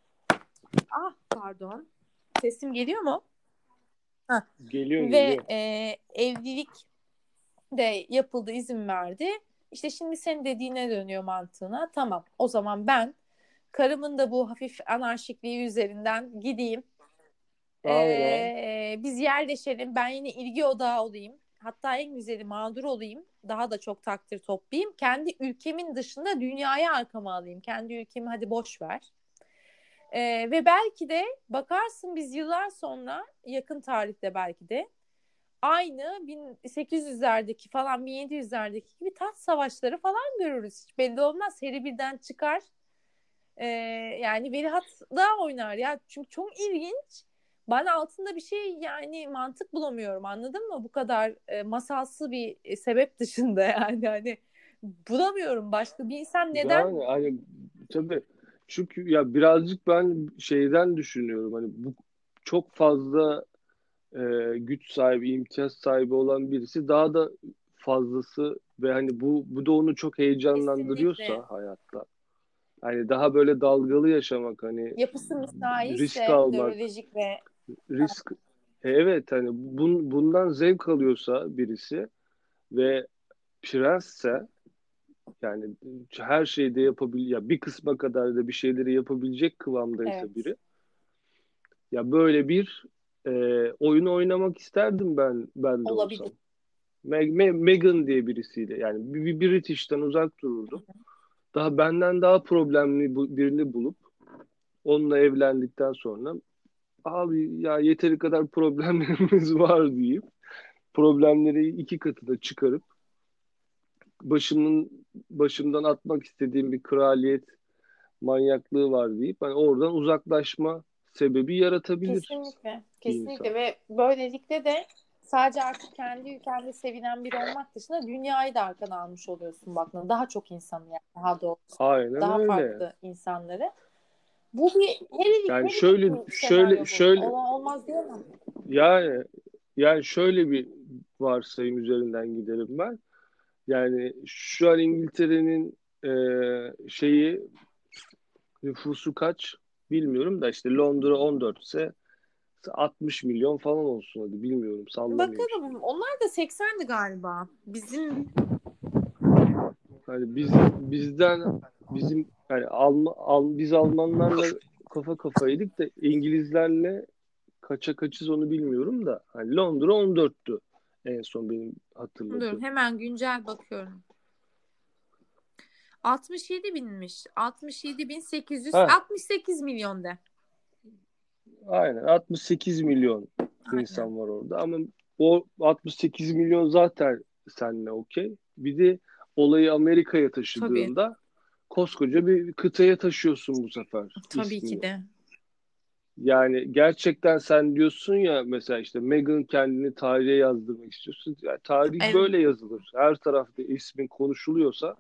Ah pardon. Sesim geliyor mu? Hah. Geliyor Ve geliyor. evlilik de yapıldı, izin verdi. İşte şimdi senin dediğine dönüyor mantığına. Tamam, o zaman ben karımın da bu hafif anarşikliği üzerinden gideyim. Aynen. Biz yerleşelim. Ben yine ilgi odağı olayım. Hatta en güzeli mağdur olayım. Daha da çok takdir toplayayım. Kendi ülkemin dışında dünyaya arkama alayım. Kendi ülkemi hadi boş ver. Ve belki de bakarsın biz yıllar sonra, yakın tarihte belki de aynı 1800'lerdeki falan, 1700'lerdeki gibi taht savaşları falan görürüz. Hiç belli olmaz. Harry birden çıkar. Ee, Yani Veliaht'da oynar ya. Çünkü çok ilginç. Ben altında bir şey yani mantık bulamıyorum. Anladın mı? Bu kadar masalsı bir sebep dışında yani hani bulamıyorum. Başka bir insan neden. Yani hani tabii çünkü ya birazcık ben şeyden düşünüyorum hani bu çok fazla güç sahibi, imtiyaz sahibi olan birisi daha da fazlası ve hani bu da onu çok Kesinlikle. heyecanlandırıyorsa hayatta. Hani daha böyle dalgalı yaşamak, hani Yapısı risk müsaitse almak, nörolojik ve risk evet, hani bundan zevk alıyorsa birisi ve prensse, yani her şeyde ya bir kısma kadar da bir şeyleri yapabilecek kıvamdaysa evet, biri, ya böyle bir e, oyunu oynamak isterdim ben de olabilir. olsam. Meghan diye birisiyle, yani bir British'ten uzak dururdum. Benden daha problemli birini bulup onunla evlendikten sonra, abi ya yeteri kadar problemlerimiz var deyip problemleri iki katına çıkarıp başımdan atmak istediğim bir kraliyet manyaklığı var deyip hani oradan uzaklaşma sebebi yaratabilir Kesinlikle. bir insan. Kesinlikle ve böylelikle de sadece artık kendi ülkende sevinen biri olmak dışında dünyayı da arkana almış oluyorsun baktığında. Daha çok insanı yani daha doğrusu. Aynen Daha öyle. farklı insanları. Bu bir Yani her iki senaryo bu. Olmaz diyemem. yani şöyle bir varsayım üzerinden giderim ben. Yani şu an İngiltere'nin şeyi, nüfusu kaç bilmiyorum da, işte Londra 14 ise 60 milyon falan olsun, hadi bilmiyorum, sallamıyorum Bakalım. şimdi. Onlar da 80'di galiba. Bizim Hani bizim yani biz Almanlarla kafa kafaydık da İngilizlerle kaça kaçız onu bilmiyorum da, hani Londra 14'tü en son benim dur hatırladığım. hemen güncel bakıyorum. 67 binmiş. 67 bin 800 Ha, 68 milyon de. aynen 68 milyon Aynen. insan var orada, ama o 68 milyon zaten seninle okey. Bir de olayı Amerika'ya Tabii. taşıdığında koskoca bir kıtaya taşıyorsun bu sefer Tabii ki ismini. de. Yani gerçekten sen diyorsun ya, mesela işte Meghan kendini tarihe yazdırmak istiyorsun. Yani tarih Evet. böyle yazılır. Her tarafta ismin konuşuluyorsa,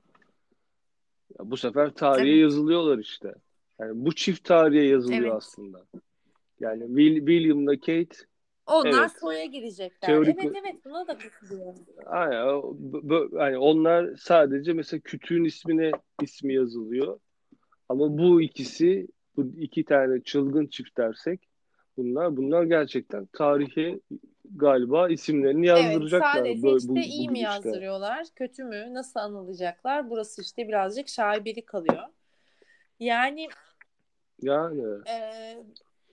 ya bu sefer tarihe Evet. yazılıyorlar işte. Yani bu çift tarihe yazılıyor Evet. aslında. Yani William'la Kate, Onlar evet, soya girecekler. teorik, Evet evet buna da katılıyorum. yani, yani onlar sadece mesela kütüğün ismi yazılıyor. Ama bu iki tane çılgın çift dersek, bunlar gerçekten tarihe galiba isimlerini Evet yazdıracaklar sadece işte bu iyi mi gidişte. yazdırıyorlar, kötü mü, nasıl anılacaklar? Burası işte birazcık şaibeli kalıyor. Yani Yani e,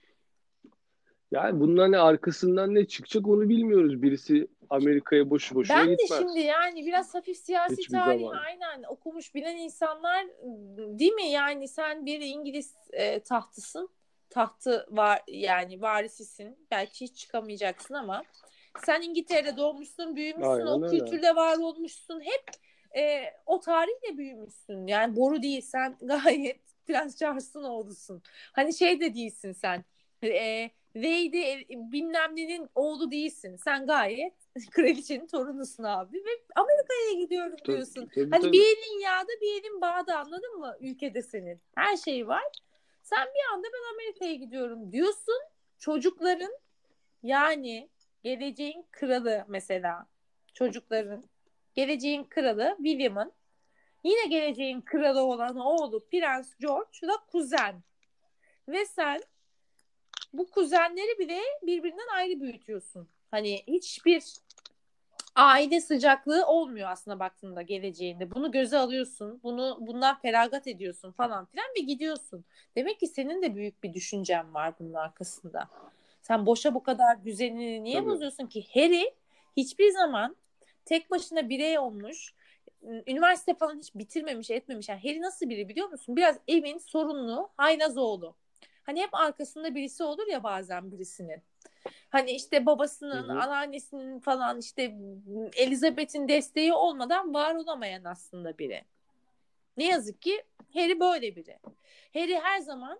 bunların arkasından ne çıkacak onu bilmiyoruz. Birisi Amerika'ya boşu boşuna ben de şimdi gitmez yani biraz hafif siyasi hiçbir tarihi zaman. aynen okumuş bilen insanlar değil mi? Yani sen bir İngiliz tahtısın. Tahtı var yani varisisin. Belki hiç çıkamayacaksın ama sen İngiltere'de doğmuşsun, büyümüşsün, Aynen o öyle. kültürde var olmuşsun. Hep o tarihle büyümüşsün. Yani boru değil sen gayet Prens Charles'ın oğlusun. Hani şey de değilsin sen. Lady bilmem nenin oğlu değilsin. Sen gayet kraliçenin torunusun abi ve Amerika'ya gidiyorum Tabii diyorsun. tabii. Hani bir Tabii. elin yağda bir elin bağda anladın mı? Ülkede senin. Her şey var. Sen bir anda ben Amerika'ya gidiyorum diyorsun. Çocukların yani geleceğin kralı mesela çocukların geleceğin kralı William'ın yine geleceğin kralı olan oğlu Prens George'la kuzen. Ve sen bu kuzenleri bile birbirinden ayrı büyütüyorsun. Hani hiçbir aile sıcaklığı olmuyor aslında baktığında geleceğinde. Bunu göze alıyorsun. Bundan feragat ediyorsun falan filan ve gidiyorsun. Demek ki senin de büyük bir düşüncen var bunun arkasında. Sen boşa bu kadar düzenini niye Tabii. bozuyorsun ki? Harry hiçbir zaman tek başına birey olmuş, üniversite falan hiç bitirmemiş, etmemiş. Yani Harry nasıl biri biliyor musun? Biraz evin sorunlu, haylaz oğlu. Hani hep arkasında birisi olur ya bazen birisinin. Hani işte Hı babasının, hı. anneannesinin falan işte Elizabeth'in desteği olmadan var olamayan aslında biri. Ne yazık ki Harry böyle biri. Harry her zaman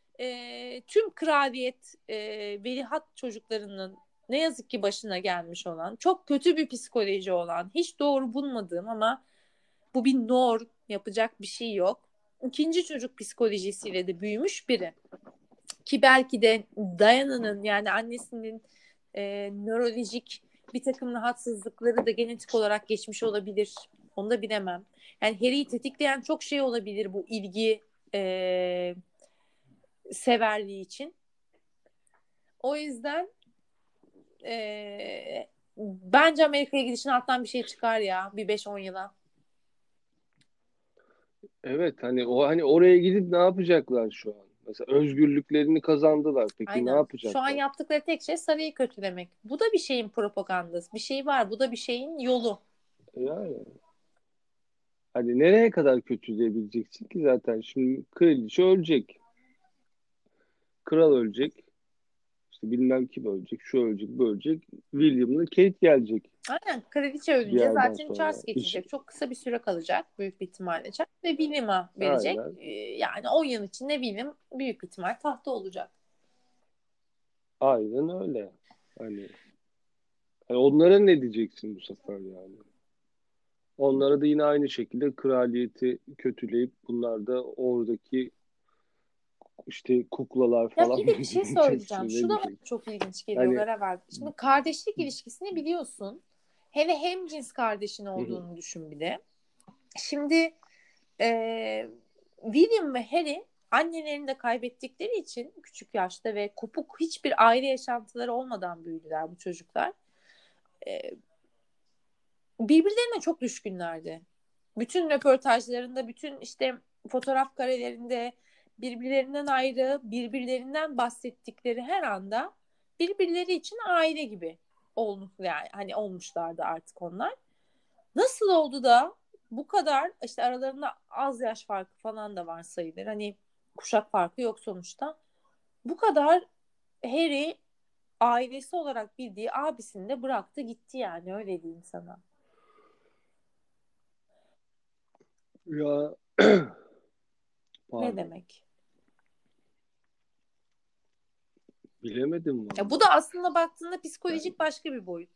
tüm kraliyet veliaht çocuklarının ne yazık ki başına gelmiş olan, çok kötü bir psikoloji olan, hiç doğru bulmadığım ama bu bir norm, yapacak bir şey yok. İkinci çocuk psikolojisiyle de büyümüş biri. Ki belki de Diana'nın yani annesinin nörolojik bir takım rahatsızlıkları da genetik olarak geçmiş olabilir. Onu da bilemem. Yani Harry'i tetikleyen çok şey olabilir bu ilgi. severliği için. O yüzden bence Amerika'ya gidişin alttan bir şey çıkar ya. Bir 5-10 yıla. Evet, hani o hani oraya gidip ne yapacaklar şu an? Mesela özgürlüklerini kazandılar. Peki ne Aynen. Şu an yapacaklar? yaptıkları tek şey sarayı kötülemek. Bu da bir şeyin propagandası. Bir şey var. Bu da bir şeyin yolu. Yani hani nereye kadar kötüleyebileceksin ki zaten? Şimdi kraliçe ölecek. Kral ölecek. İşte bilmem kim ölecek. Şu ölecek, bu ölecek. William'la Kate gelecek Aynen. Kraliçe bir ölünce yerden zaten sonra. Charles geçecek. Çok kısa bir süre kalacak. Büyük bir ihtimalle Charles. Ve William'a verecek. Aynen. Yani 10 yıl içinde William büyük ihtimal tahta olacak. Aynen öyle. Hani onlara ne diyeceksin bu sefer yani? Onlara da yine aynı şekilde kraliyeti kötüleyip bunlar da oradaki işte kuklalar Ya falan bir de mı bir şey diyeceksin, söyleyeceğim. ne Şu da bana diyeceksin? çok ilginç geliyor Hani Garavel. Şimdi kardeşlik ilişkisini biliyorsun. Hele hemcins kardeşin hı hı, olduğunu düşün bir de. Şimdi e, William ve Harry annelerini de kaybettikleri için küçük yaşta ve kopuk hiçbir aile yaşantıları olmadan büyüdüler bu çocuklar. E, birbirlerine çok düşkünlerdi. Bütün röportajlarında, bütün işte fotoğraf karelerinde birbirlerinden ayrı, birbirlerinden bahsettikleri her anda birbirleri için aile gibi olmuş yani hani olmuşlardı artık onlar. Nasıl oldu da bu kadar işte aralarında az yaş farkı falan da var sayılır. Hani kuşak farkı yok sonuçta. Bu kadar Harry ailesi olarak bildiği abisini de bıraktı gitti yani öyle diyeyim sana. ya Ne pardon, demek? bilemedim Ya bu valla. da aslında baktığında Yani psikolojik başka bir boyut.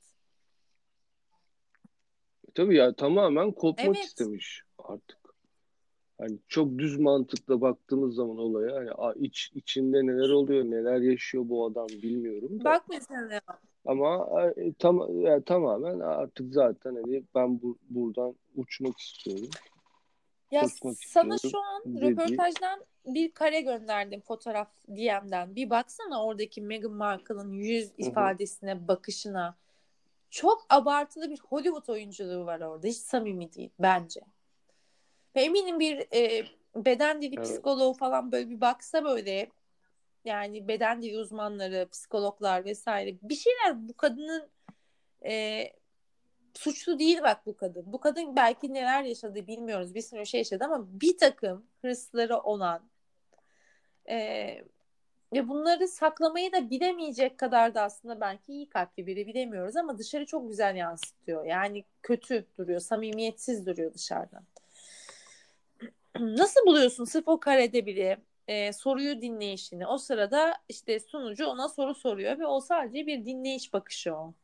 tabii ya, tamamen kopmak Evet. istemiş artık. Hani çok düz mantıkla baktığımız zaman olaya, hani içinde neler oluyor, neler yaşıyor bu adam bilmiyorum da. Bak mesela. Ama yani tamamen artık zaten hani ben buradan uçmak istiyorum, Ya kaçmak sana istiyorum şu an dedi. röportajdan bir kare gönderdim fotoğraf DM'den. Bir baksana oradaki Meghan Markle'ın yüz Hı hı. ifadesine, bakışına. Çok abartılı bir Hollywood oyunculuğu var orada. Hiç samimi değil bence. Ve eminim bir beden dili Evet. psikoloğu falan böyle bir baksa böyle yani beden dili uzmanları, psikologlar vesaire bir şeyler bu kadının e, suçlu değil bak bu kadın. Bu kadın belki neler yaşadı bilmiyoruz. Bir sürü şey yaşadı ama bir takım hırsları olan e, ve bunları saklamayı da bilemeyecek kadar da aslında belki iyi kalpli biri bilemiyoruz ama dışarı çok güzel yansıtıyor. Yani kötü duruyor, samimiyetsiz duruyor dışarıdan. Nasıl buluyorsun sırf o karede bile soruyu dinleyişini? O sırada işte sunucu ona soru soruyor ve o sadece bir dinleyiş bakışı o.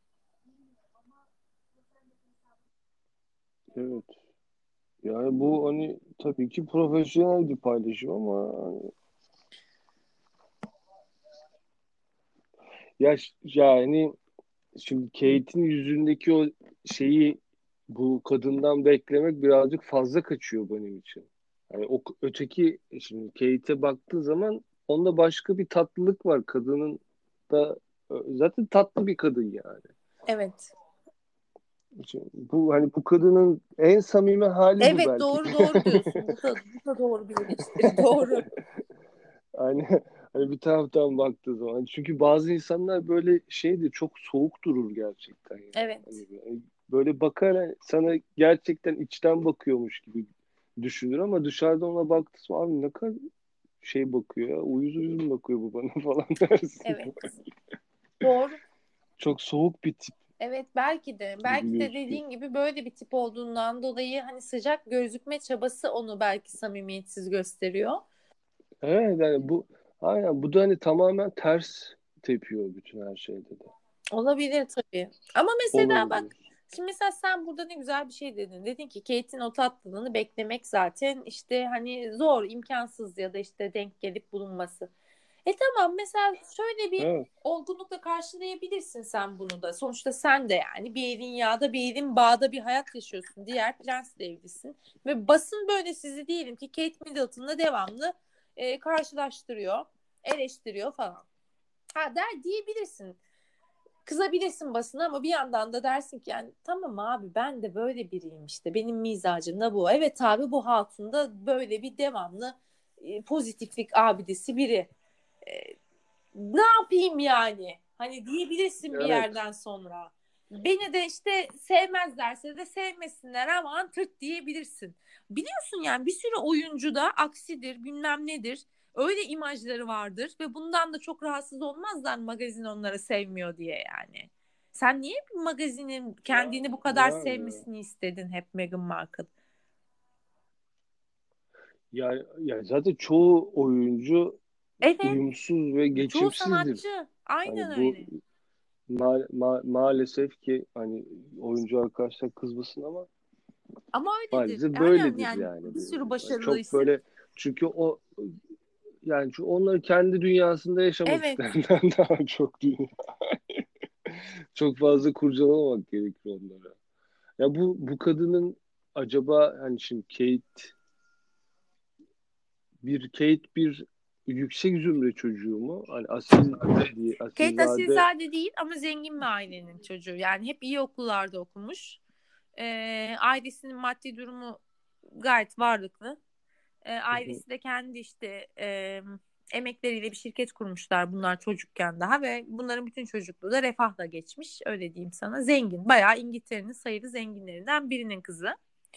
Evet. Yani bu hani tabii ki profesyonel bir paylaşım ama hani yani şimdi Kate'in yüzündeki o şeyi bu kadından beklemek birazcık fazla kaçıyor benim için. Yani o öteki, şimdi Kate'e baktığı zaman onda başka bir tatlılık var. Kadının da zaten tatlı bir kadın yani. Evet. Şimdi bu hani bu kadının en samimi hali bu Evet belki de. doğru doğru diyorsun. Bu da doğru bir eleştiri. Doğru. Hani, hani bir taraftan baktığı zaman. Çünkü bazı insanlar böyle şeydi, çok soğuk durur gerçekten yani. Evet. Hani böyle bakar, hani sana gerçekten içten bakıyormuş gibi düşünür ama dışarıdan ona baktığı zaman abi ne kadar şey bakıyor ya, uyuz uyuz mu bakıyor bu bana falan dersin. Evet. Doğru. Çok soğuk bir tip Evet belki de. gibi Belki de gözüküyor. dediğin gibi böyle bir tip olduğundan dolayı hani sıcak gözükme çabası onu belki samimiyetsiz gösteriyor. Evet yani aynen bu da hani tamamen ters tepiyor bütün her şeyde de. Olabilir tabii. Ama mesela bak Olabilir. şimdi mesela sen burada ne güzel bir şey dedin. Dedin ki Kate'in o tatlılığını beklemek zaten işte hani zor, imkansız ya da işte denk gelip bulunması. Tamam, mesela şöyle bir Evet. olgunlukla karşılayabilirsin sen bunu da. Sonuçta sen de yani bir elin yağda bir elin bağda bir hayat yaşıyorsun. Diğer prensle evlisin. Ve basın böyle sizi diyelim ki Kate Middleton'la devamlı karşılaştırıyor, eleştiriyor falan. Der diyebilirsin. Kızabilirsin basına ama bir yandan da dersin ki yani tamam abi ben de böyle biriyim işte. Benim mizacım da bu. Evet abi bu hatun da böyle bir devamlı pozitiflik abidesi biri. E, Ne yapayım yani? Hani diyebilirsin bir Evet. yerden sonra. Beni de işte sevmezlerse de sevmesinler ama tırt diyebilirsin. Biliyorsun yani bir sürü oyuncu da aksidir bilmem nedir. Öyle imajları vardır ve bundan da çok rahatsız olmazlar magazin onları sevmiyor diye yani. Sen niye bir magazinin kendini bu kadar Yani sevmesini istedin hep Meghan Markle? ya zaten çoğu oyuncu Evet, uyumsuz ve çoğu geçimsizdir. sanatçı aynen Hani bu öyle. maalesef ki hani oyuncu arkadaşlar kızmasın ama Ama öyledir. maalesef Aynen böyledir yani yani. bir sürü Yani başarılı çok isim. böyle çünkü çünkü onlar kendi dünyasında yaşamak Evet. isterler daha çok çok fazla kurcalamamak gerekir onlara. Ya bu kadının acaba hani şimdi Kate bir yüksek zümre çocuğu mu? Hani Kate asilzade. asilzade değil ama zengin bir ailenin çocuğu. Yani hep iyi okullarda okumuş. Ailesinin maddi durumu gayet varlıklı. Hı hı. Ailesi de kendi işte emekleriyle bir şirket kurmuşlar bunlar çocukken daha ve bunların bütün çocukluğu da refahla geçmiş. Öyle diyeyim sana. Zengin. Bayağı İngiltere'nin sayılı zenginlerinden birinin kızı.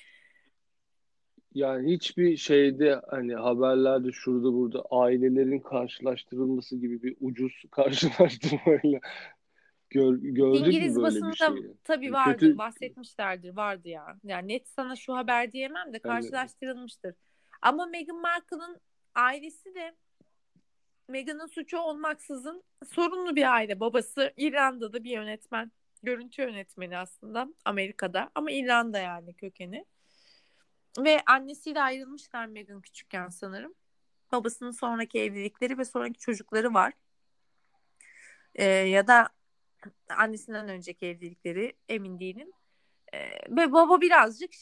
Yani hiçbir şeyde hani haberlerde şurada burada ailelerin karşılaştırılması gibi bir ucuz karşılaştırmayla gördük mü İngiliz böyle bir basında şeyi? tabii Yani vardır, kötü bahsetmişlerdir, vardı ya. Yani net sana şu haber diyemem de yani karşılaştırılmıştır. Ama Meghan Markle'ın ailesi de Meghan'ın suçu olmaksızın sorunlu bir aile. Babası İrlanda'da bir yönetmen, görüntü yönetmeni aslında Amerika'da ama İrlanda yani kökeni. Ve annesiyle ayrılmışlar Meghan küçükken sanırım. Babasının sonraki evlilikleri ve sonraki çocukları var. Ya da annesinden önceki evlilikleri emin değilim. Ve baba birazcık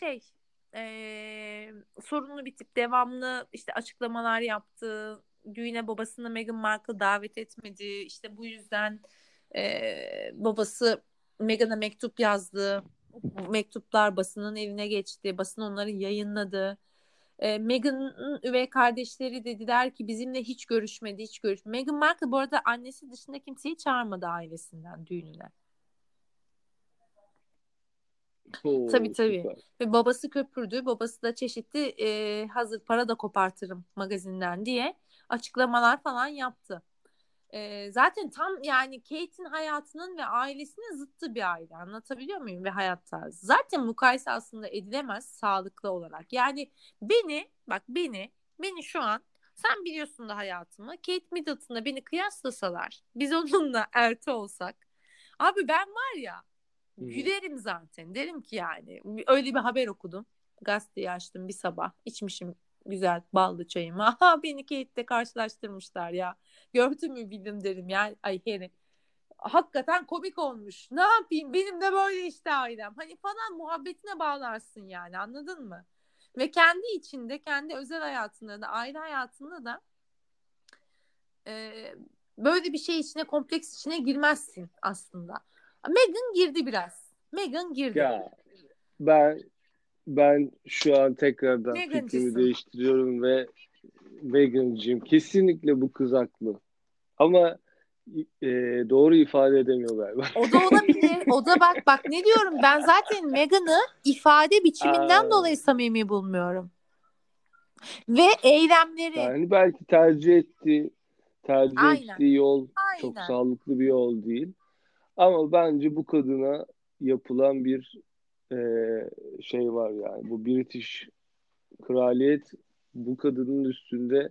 sorunlu bir tip, devamlı işte açıklamalar yaptı. Düğüne babasını Meghan Markle davet etmedi. İşte bu yüzden babası Meghan'a mektup yazdı. Bu mektuplar basının eline geçti. Basın onları yayınladı. Meghan'ın üvey kardeşleri dediler ki bizimle hiç görüşmedi, hiç görüşmedi. Meghan Markle bu arada annesi dışında kimseyi çağırmadı ailesinden düğününe. Tabii o tabii. süper. Ve babası köpürdü. Babası da çeşitli hazır para da kopartırım magazinden diye açıklamalar falan yaptı. Zaten tam yani Kate'in hayatının ve ailesinin zıttı bir aile. Anlatabiliyor muyum? Ve hayat tarzı. Zaten mukayese aslında edilemez sağlıklı olarak. Yani beni şu an sen biliyorsun da hayatımı. Kate Middleton'la beni kıyaslasalar biz onunla elti olsak. Abi ben var ya Hı hı. gülerim zaten. Derim ki yani öyle bir haber okudum. Gazeteyi açtım bir sabah. İçmişim güzel ballı çayımı. Aha beni Kate'le karşılaştırmışlar ya. Gördün mü bildim derim ya. Ay Harry. Hakikaten komik olmuş. Ne yapayım? Benim de böyle işte ailem. Hani falan muhabbetine bağlarsın yani anladın mı? Ve kendi içinde, kendi özel hayatında da, aile hayatında da e, böyle bir şey içine, kompleks içine girmezsin aslında. Meghan girdi biraz. Meghan girdi. Ya ben ben şu an tekrardan fikrimi Meghancısın. değiştiriyorum ve Megan'cığım kesinlikle bu kız haklı. Ama e, doğru ifade edemiyor galiba. O da olabilir. O da bak ne diyorum ben zaten Meghan'ı ifade biçiminden Aa, dolayı samimi bulmuyorum. Ve eylemleri. yani belki tercih Aynen. ettiği yol çok Aynen. sağlıklı bir yol değil. Ama bence bu kadına yapılan bir e, şey var yani. Bu British kraliyet bu kadının üstünde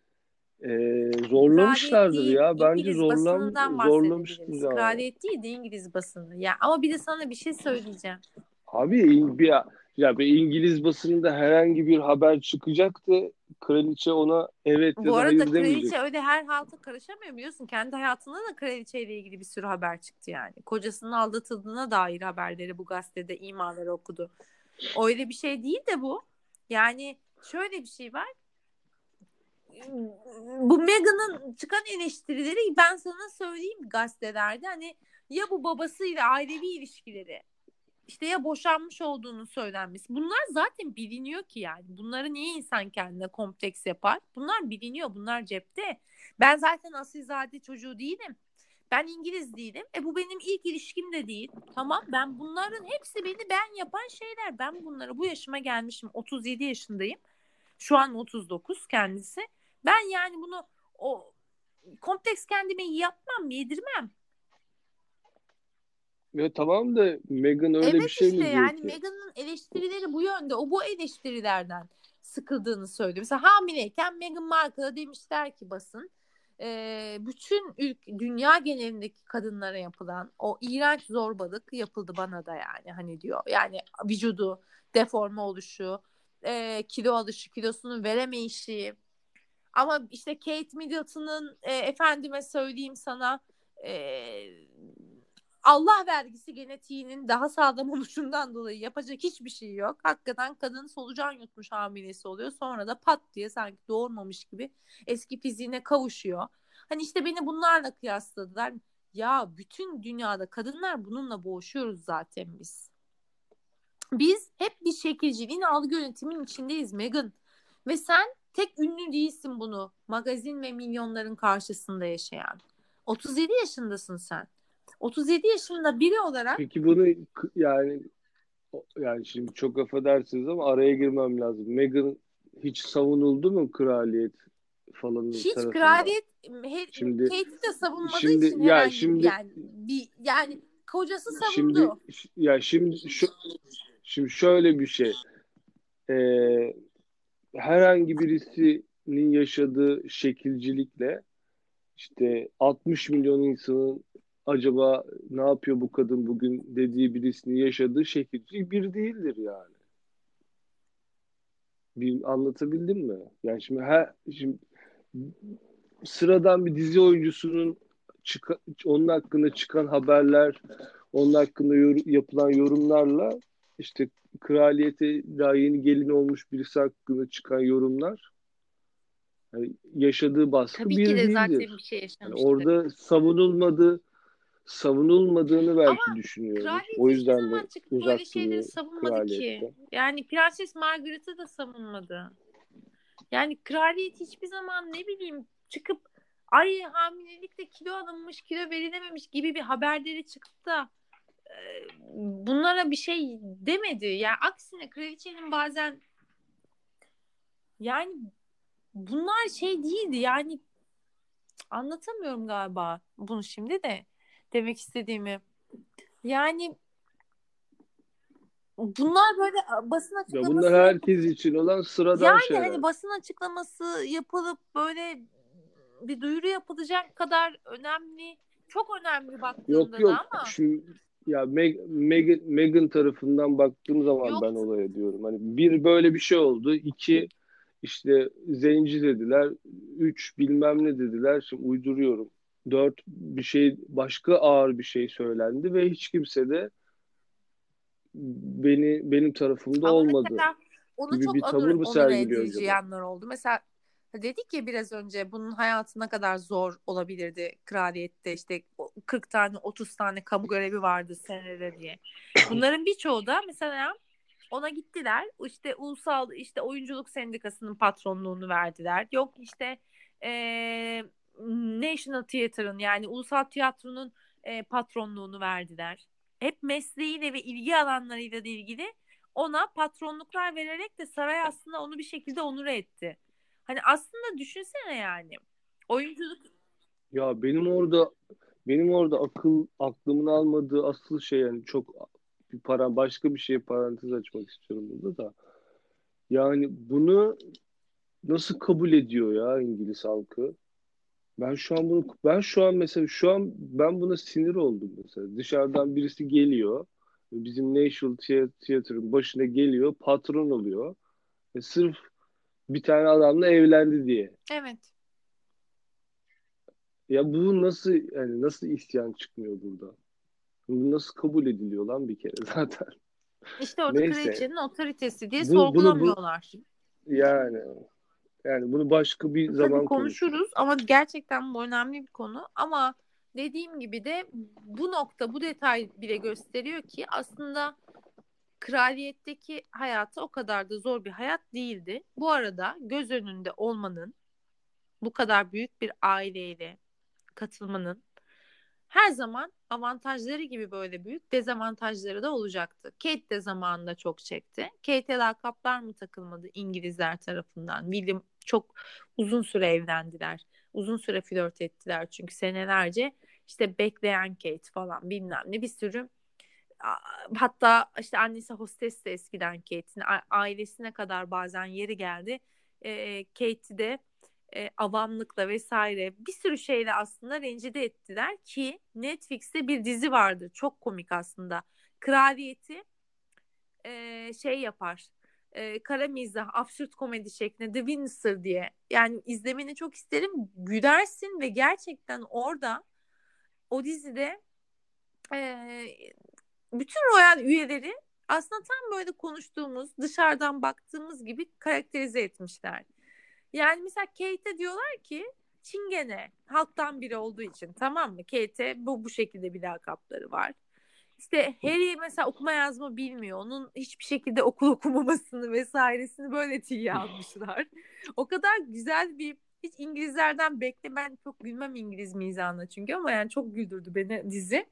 Kraliyet zorlamışlardır değil, ya. Bence İngiliz basınından zorlamıştır bahsedebiliriz. yani. Kraliyet değil de İngiliz basını. Ya ama bir de sana bir şey söyleyeceğim. Abi bir İngiliz basınında herhangi bir haber çıkacak da kraliçe ona evet ya Bu da arada hayır kraliçe demeyecek. öyle her halta karışamıyor biliyorsun. Kendi hayatında da kraliçeyle ilgili bir sürü haber çıktı yani. Kocasının aldatıldığına dair haberleri bu gazetede imaları okudu. Öyle bir şey değil de bu. Yani şöyle bir şey var. Bu Meghan'ın çıkan eleştirileri ben sana söyleyeyim gazetelerde hani ya bu babasıyla ailevi ilişkileri işte ya boşanmış olduğunu söylenmesi. Bunlar zaten biliniyor ki yani. Bunları niye insan kendine kompleks yapar? Bunlar biliniyor. Bunlar cepte. Ben zaten asilzade çocuğu değilim. Ben İngiliz değilim. Bu benim ilk ilişkim de değil. Tamam ben bunların hepsi beni ben yapan şeyler. Ben bunları bu yaşıma gelmişim. 37 yaşındayım. Şu an 39 kendisi. Ben yani bunu o kompleks kendime yapmam, yedirmem. Ve tamam da Meghan öyle bir Evet şey işte mi diyor yani ki? Meghan'ın eleştirileri bu yönde. O bu eleştirilerden sıkıldığını söylüyor. Mesela hamileyken Meghan Markle'a demişler ki basın bütün dünya genelindeki kadınlara yapılan o iğrenç zorbalık yapıldı bana da yani hani diyor. Yani vücudu deforme oluşu, kilo alışı, kilosunu veremeyişi. Ama işte Kate Middleton'ın efendime söyleyeyim sana e, Allah vergisi genetiğinin daha sağlam oluşundan dolayı yapacak hiçbir şey yok. Hakikaten kadın solucan yutmuş hamilesi oluyor. Sonra da pat diye sanki doğurmamış gibi eski fiziğine kavuşuyor. Hani işte beni bunlarla kıyasladılar. Ya bütün dünyada kadınlar bununla boğuşuyoruz zaten biz. Biz hep bir şekilciliğin algı yönetimin içindeyiz Megan. Ve sen tek ünlü değilsin bunu. Magazin ve milyonların karşısında yaşayan. 37 yaşındasın sen. 37 yaşında biri olarak Peki bunu yani şimdi çok affedersiniz ama araya girmem lazım. Meghan hiç savunuldu mu kraliyet falan hiç tarafından? kraliyet Şimdi Kate'i de savunmadığı şimdi için ya herhangi bir şimdi yani yani kocası şimdi savundu. ya şimdi şöyle bir şey. Ee, Herhangi birisinin yaşadığı şekilcilikle işte 60 milyon insanın acaba ne yapıyor bu kadın bugün dediği birisinin yaşadığı şekilcilik bir değildir yani. Bir anlatabildim mi? Yani şimdi sıradan bir dizi oyuncusunun onun hakkında çıkan haberler, onun hakkında yapılan yorumlarla işte kraliyete daha yeni gelin olmuş birisi hakkında çıkan yorumlar yani yaşadığı baskı Tabii ki bir de zaten değildir. bir şey Yani yaşamıştır. orada savunulmadığını Ama belki düşünüyoruz. kraliyet O hiçbir yüzden de zaman çıkıp böyle uzak şeyleri duruyor savunmadı ki. kraliyette. Yani Prenses Margaret'ı da savunmadı. Yani kraliyet hiçbir zaman ne bileyim çıkıp ay hamilelikte kilo alınmış, kilo verilememiş gibi bir haberleri çıkıp da bunlara bir şey demedi. Yani aksine kraliçenin bazen yani bunlar şey değildi. Yani anlatamıyorum galiba bunu şimdi de demek istediğimi. Yani bunlar böyle basın Ya bunlar açıklaması yapıp herkes için olan sıradan yani şeyler. hani basın açıklaması yapılıp böyle bir duyuru yapılacak kadar önemli, çok önemli Yok baktığında da yok. ama Şimdi ya Meghan tarafından baktığım zaman yok ben olaya diyorum. Hani bir böyle bir şey oldu. İki işte zenci dediler. Üç bilmem ne dediler. Şimdi uyduruyorum. Dört bir şey başka ağır bir şey söylendi ve hiç kimse de benim tarafımda ama olmadı mesela onu gibi çok bir tavır mı onur sergiliyor edici acaba? yanlar oldu. Mesela dedik ya biraz önce bunun hayatı ne kadar zor olabilirdi kraliyette işte 40 tane 30 tane kamu görevi vardı senede diye. Bunların birçoğu da mesela ona gittiler. İşte ulusal işte oyunculuk sendikasının patronluğunu verdiler. Yok işte National Theatre'ın yani ulusal tiyatronun patronluğunu verdiler. Hep mesleğiyle ve ilgi alanlarıyla da ilgili ona patronluklar vererek de saray aslında onu bir şekilde onur etti. Hani aslında düşünsene yani. Oyunculuk Ya benim orada aklımın almadığı asıl şey yani çok başka bir şeye parantez açmak istiyorum burada da. Yani bunu nasıl kabul ediyor ya İngiliz halkı? Ben buna sinir oldum mesela. Dışarıdan birisi geliyor. Bizim National Theatre'ın başına geliyor, patron oluyor. Sırf Bir tane adamla evlendi diye. Evet. Ya bu nasıl, yani nasıl isyan çıkmıyor burada? Bu nasıl kabul ediliyor lan bir kere zaten. İşte orada Neyse. kraliçenin otoritesi diye Bu sorgulamıyorlar. yani bunu başka bir Tabii zaman konuşuruz. konuşuruz ama gerçekten bu önemli bir konu. Ama dediğim gibi de bu nokta, bu detay bile gösteriyor ki aslında kraliyetteki hayatı o kadar da zor bir hayat değildi. Bu arada göz önünde olmanın, bu kadar büyük bir aileyle katılmanın her zaman avantajları gibi böyle büyük dezavantajları da olacaktı. Kate de zamanında çok çekti. Kate'e lakaplar mı takılmadı İngilizler tarafından? William çok uzun süre evlendiler. Uzun süre flört ettiler çünkü senelerce işte bekleyen Kate falan bilmem ne bir sürü. Hatta işte annesi hostes de eskiden Kate'in ailesine kadar bazen yeri geldi. Kate'i de avamlıkla vesaire bir sürü şeyle aslında rencide ettiler ki Netflix'te bir dizi vardı. Çok komik aslında. Kraliyeti şey yapar. Kara mizah, absürt komedi şeklinde The Windsor diye. Yani izlemeni çok isterim. Gülersin ve gerçekten orada o dizide e, bütün royal üyeleri aslında tam böyle konuştuğumuz, dışarıdan baktığımız gibi karakterize etmişler. Yani mesela Kate'e diyorlar ki Çingene halktan biri olduğu için tamam mı? Kate'e bu şekilde bir lakapları var. İşte Harry mesela okuma yazma bilmiyor. Onun hiçbir şekilde okul okumamasını vesairesini böyle tiye almışlar. O kadar güzel bir hiç İngilizlerden beklemen çok gülmem İngiliz mizahına çünkü ama yani çok güldürdü beni dizi.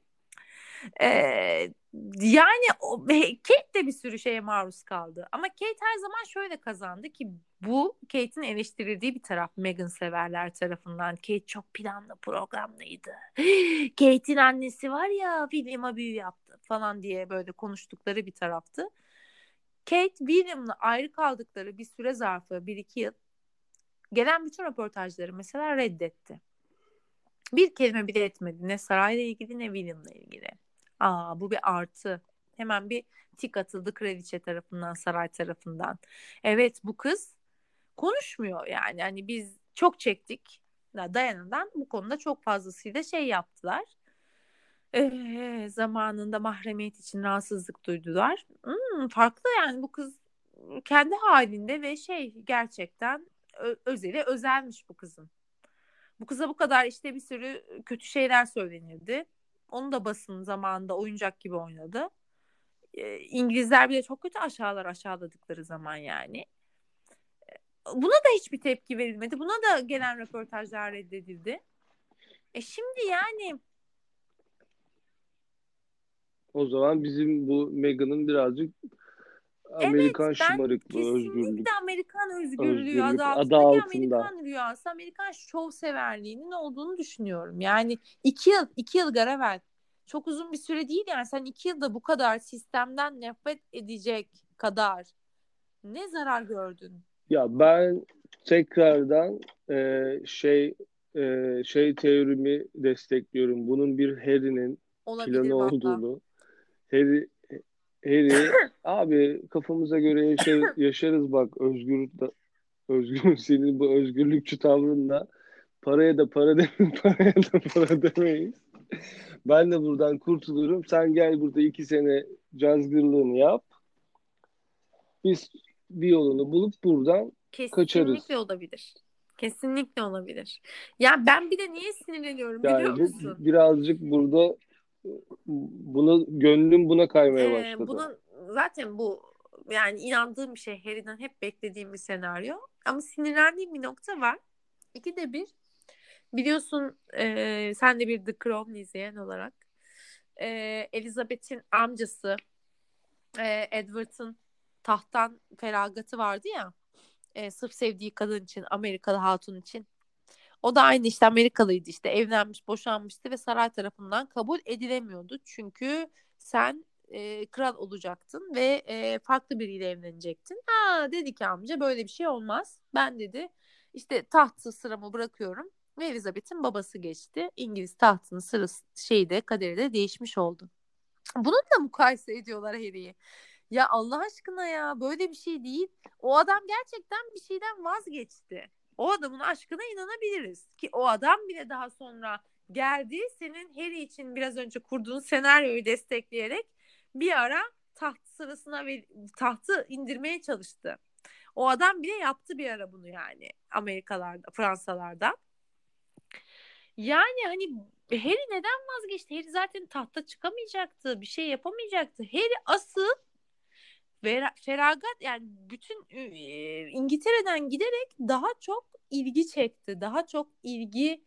Yani Kate de bir sürü şeye maruz kaldı. Ama Kate her zaman şöyle kazandı ki bu Kate'in eleştirildiği bir taraf Meghan severler tarafından. Kate çok planlı programlıydı. Kate'in annesi var ya William'a büyü yaptı falan diye böyle konuştukları bir taraftı. Kate William'la ayrı kaldıkları bir süre zarfı bir iki yıl gelen bütün röportajları mesela reddetti. Bir kelime bile etmedi. Ne sarayla ilgili ne William'la ilgili. Bu bir artı. Hemen bir tik atıldı kraliçe tarafından, saray tarafından. Evet bu kız konuşmuyor yani. Hani biz çok çektik. Dayana'dan bu konuda çok fazlasıyla şey yaptılar. Zamanında mahremiyet için rahatsızlık duydular. Farklı yani bu kız kendi halinde ve şey gerçekten özeli özelmiş bu kızın. Bu kıza bu kadar işte bir sürü kötü şeyler söylenirdi. Onu da basın zamanında oyuncak gibi oynadı. İngilizler bile çok kötü aşağıladıkları zaman yani. Buna da hiçbir tepki verilmedi. Buna da gelen röportajlar reddedildi. Şimdi yani O zaman bizim bu Meghan'ın birazcık evet Amerikan ben şımarıklığı, kesinlikle Amerikan özgürlüğü adı özgürlük adı altındaki altında. Amerikan rüyası, Amerikan şov severliğinin olduğunu düşünüyorum. Yani 2 yıl gara ver. Çok uzun bir süre değil yani sen 2 yılda bu kadar sistemden nefret edecek kadar ne zarar gördün? Ya ben tekrardan şey şey teorimi destekliyorum. Bunun bir Harry'nin Olabilir planı valla. olduğunu. Harry Harry abi kafamıza göre yaşarız bak, özgür senin bu özgürlükçü tavrınla paraya da para paraya da para demeyiz. Ben de buradan kurtulurum. Sen gel burada 2 sene cazgırlığını yap. Biz bir yolunu bulup buradan kaçarız. Kesinlikle olabilir. Kesinlikle olabilir. Ya ben bir de niye sinirleniyorum biliyor Yani bu musun? birazcık burada gönlüm buna kaymaya başladı. Bunun zaten bu yani inandığım bir şey. Harry'den hep beklediğim bir senaryo. Ama sinirlendiğim bir nokta var. İkide bir biliyorsun sen de bir The Crown izleyen olarak Elizabeth'in amcası Edward'ın tahttan feragatı vardı ya sırf sevdiği kadın için Amerikalı hatun için. O da aynı işte Amerikalıydı işte evlenmiş boşanmıştı ve saray tarafından kabul edilemiyordu. Çünkü sen kral olacaktın ve farklı biriyle evlenecektin. Dedi ki amca böyle bir şey olmaz. Ben dedi işte tahtı sıramı bırakıyorum ve Elizabeth'in babası geçti. İngiliz tahtının sırası şeyde kaderi de değişmiş oldu. Bununla mukayese ediyorlar Harry'i. Ya Allah aşkına ya, böyle bir şey değil. O adam gerçekten bir şeyden vazgeçti. O adamın aşkına inanabiliriz. Ki o adam bile daha sonra geldi, senin Harry için biraz önce kurduğun senaryoyu destekleyerek bir ara taht sırasına ve tahtı indirmeye çalıştı. O adam bile yaptı bir ara bunu, yani Amerikalarda, Fransalarda. Yani hani Harry neden vazgeçti? Harry zaten tahta çıkamayacaktı, bir şey yapamayacaktı. Harry asıl feragat, yani bütün İngiltere'den giderek daha çok ilgi çekti. Daha çok ilgi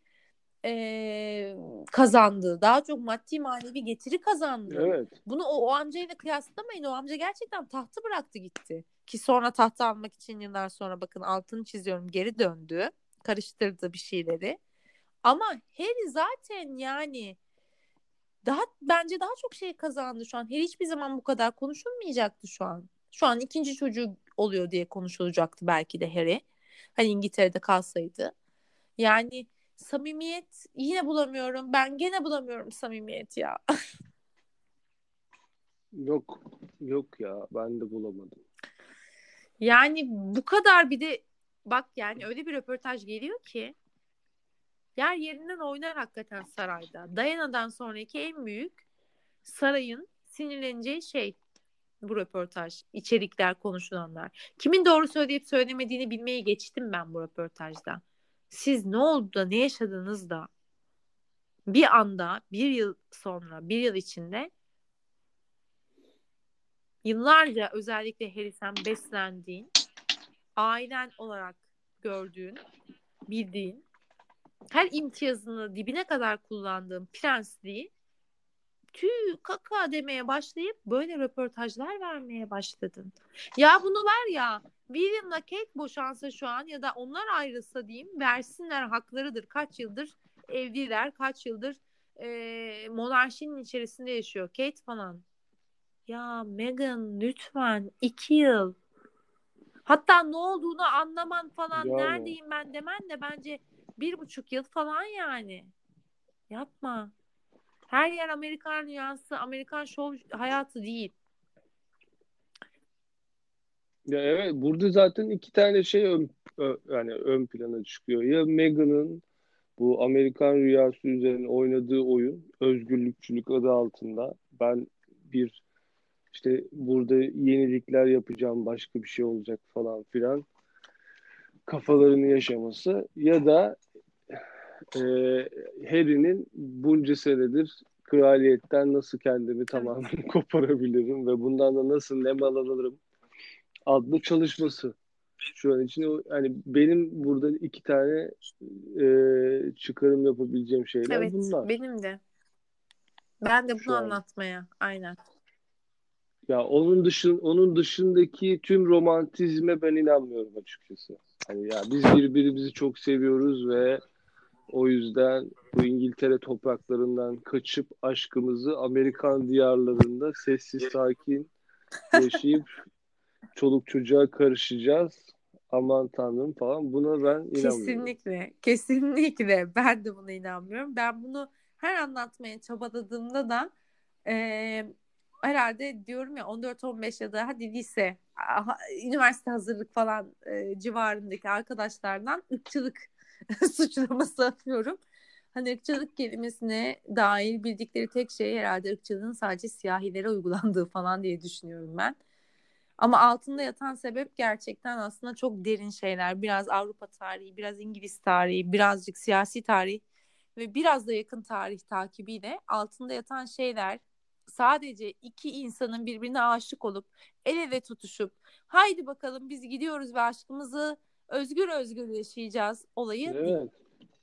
kazandı. Daha çok maddi manevi getiri kazandı. Evet. Bunu o amcayla kıyaslamayın. O amca gerçekten tahtı bıraktı gitti. Ki sonra tahtı almak için yıllar sonra, bakın altını çiziyorum, geri döndü. Karıştırdı bir şeyleri. Ama Harry zaten yani bence daha çok şey kazandı şu an. Harry hiçbir zaman bu kadar konuşulmayacaktı şu an. Şu an ikinci çocuğu oluyor diye konuşulacaktı belki de Harry. Hani İngiltere'de kalsaydı. Yani samimiyet yine bulamıyorum. Ben gene bulamıyorum samimiyet ya. Yok. Yok ya. Ben de bulamadım. Yani bu kadar, bir de bak yani öyle bir röportaj geliyor ki yer yerinden oynar hakikaten sarayda. Diana'dan sonraki en büyük sarayın sinirleneceği şey bu röportaj, içerikler, konuşulanlar. Kimin doğru söyleyip söylemediğini bilmeyi geçtim ben bu röportajda. Siz ne oldu da, ne yaşadınız da bir anda, bir yıl sonra, bir yıl içinde yıllarca özellikle Harry sen beslendiğin, ailen olarak gördüğün, bildiğin, her imtiyazını dibine kadar kullandığın prensliği tüy kaka demeye başlayıp böyle röportajlar vermeye başladın. Ya bunu var ya, William'la Kate boşansa şu an ya da onlar ayrılsa diyeyim, versinler, haklarıdır. Kaç yıldır evliler, kaç yıldır monarşinin içerisinde yaşıyor Kate falan. Ya Meghan lütfen 2 yıl. Hatta ne olduğunu anlaman falan, Yani neredeyim ben demen de bence 1,5 yıl falan yani. Yapma. Her yer Amerikan rüyası, Amerikan şov hayatı değil. ya evet, burada zaten iki tane şey yani ön plana çıkıyor. Ya Meghan'ın bu Amerikan rüyası üzerine oynadığı oyun, özgürlükçülük adı altında. Ben bir işte burada yenilikler yapacağım, başka bir şey olacak falan filan kafalarını yaşaması, ya da e, Harry'nin bunca senedir kraliyetten nasıl kendimi Evet. tamamen koparabilirim ve bundan da nasıl nemalanırım adlı çalışması. Şu an için hani benim burada iki tane çıkarım yapabileceğim şeyler Evet, bunlar. benim de. Ben de bunu Şu an. anlatmaya. Aynen. Ya onun dışındaki tüm romantizme ben inanmıyorum açıkçası. Hani ya biz birbirimizi çok seviyoruz ve o yüzden bu İngiltere topraklarından kaçıp aşkımızı Amerikan diyarlarında sessiz sakin yaşayıp çoluk çocuğa karışacağız. Aman Tanrım falan. Buna ben inanmıyorum. Kesinlikle. Kesinlikle. Ben de buna inanmıyorum. Ben bunu her anlatmaya çabaladığımda da herhalde diyorum ya, 14-15 ya da hadi lise, üniversite hazırlık falan civarındaki arkadaşlardan ırkçılık suçlaması yapıyorum. Hani ırkçılık kelimesine dair bildikleri tek şey herhalde ırkçılığın sadece siyahilere uygulandığı falan diye düşünüyorum ben. Ama altında yatan sebep gerçekten aslında çok derin şeyler. Biraz Avrupa tarihi, biraz İngiliz tarihi, birazcık siyasi tarih ve biraz da yakın tarih takibiyle altında yatan şeyler sadece iki insanın birbirine aşık olup el ele tutuşup haydi bakalım biz gidiyoruz ve aşkımızı özgür özgür yaşayacağız olayı değil. Evet.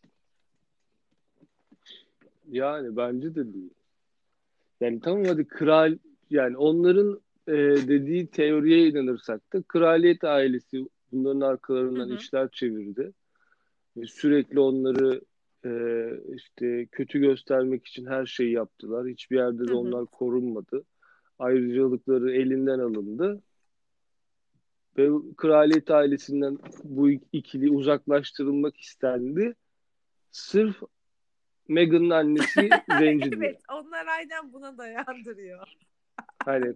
Yani bence de değil. Yani tamam, hadi kral, yani onların dediği teoriye inanırsak da kraliyet ailesi bunların Hı arkalarından hı, işler çevirdi. Ve sürekli onları işte kötü göstermek için her şeyi yaptılar. Hiçbir yerde hı de hı. onlar korunmadı. Ayrıcalıkları elinden alındı. Ve kraliyet ailesinden bu ikili uzaklaştırılmak istendi. Sırf Meghan'ın annesi Zenci diye. Evet, onlar aynen buna dayandırıyor. Hani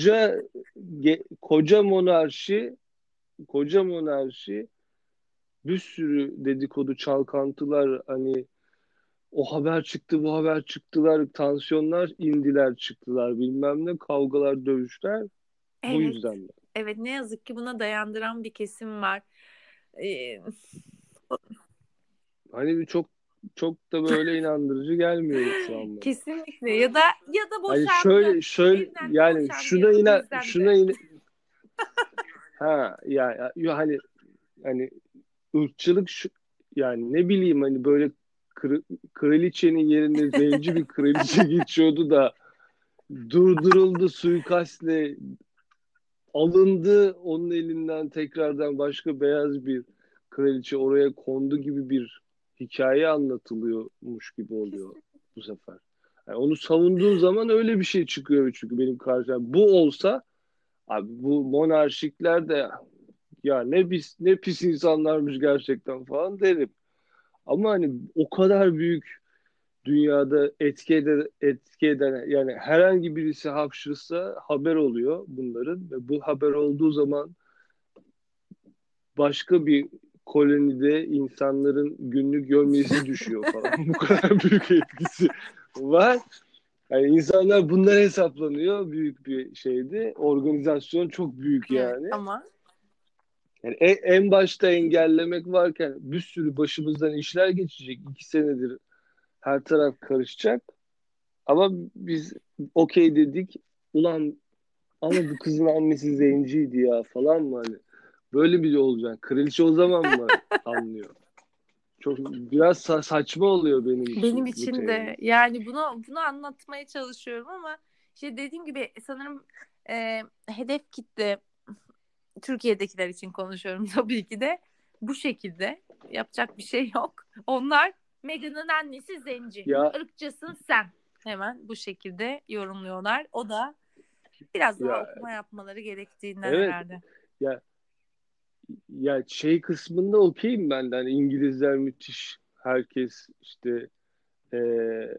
koca monarşi bir sürü dedikodu, çalkantılar, hani o haber çıktı, bu haber çıktılar, tansiyonlar indiler, çıktılar, bilmem ne, kavgalar, dövüşler. Bu Evet. yüzden mi? Evet, ne yazık ki buna dayandıran bir kesim var. Ee, Hani çok çok da böyle inandırıcı gelmiyor şu an bana. Kesinlikle, ya da Hani boşandı. şöyle Evlendi, yani boşandı ya da bu yüzden de. ha ya hani ırkçılık yani ne bileyim, hani böyle kraliçenin yerine zenci bir kraliçe geçiyordu da durduruldu, suikastle alındı, onun elinden tekrardan başka beyaz bir kraliçe oraya kondu gibi bir hikaye anlatılıyormuş gibi oluyor Kesin. bu sefer. Yani onu savunduğun zaman öyle bir şey çıkıyor çünkü benim karşıma. Bu olsa abi, bu monarşikler de ya ne pis insanlarmış gerçekten falan derim. Ama hani o kadar büyük dünyada etki eden, yani herhangi birisi hapşırsa haber oluyor bunların ve bu haber olduğu zaman başka bir kolonide insanların günlük gömlesi düşüyor falan. Bu kadar büyük etkisi var. Yani insanlar bunlar hesaplanıyor, büyük bir şeydi. Organizasyon çok büyük Evet, yani. ama Yani en başta engellemek varken bir sürü başımızdan işler geçecek. 2 senedir her taraf karışacak. Ama biz okey dedik. Ulan ama bu kızın annesi zenciydi ya falan mı hani? Böyle bir olacak. Kraliçe o zaman mı anlıyor? Çok biraz saçma oluyor benim benim için bu için teori. de, yani bunu anlatmaya çalışıyorum ama işte dediğim gibi sanırım hedef kitle, Türkiye'dekiler için konuşuyorum tabii ki de, bu şekilde, yapacak bir şey yok. Onlar Meghan'ın annesi zenci, Ya ırkçısın sen, hemen bu şekilde yorumluyorlar. O da biraz daha ya okuma yapmaları gerektiğinden evet, herhalde. ya şey kısmında okeyim ben de, hani İngilizler müthiş, herkes işte eee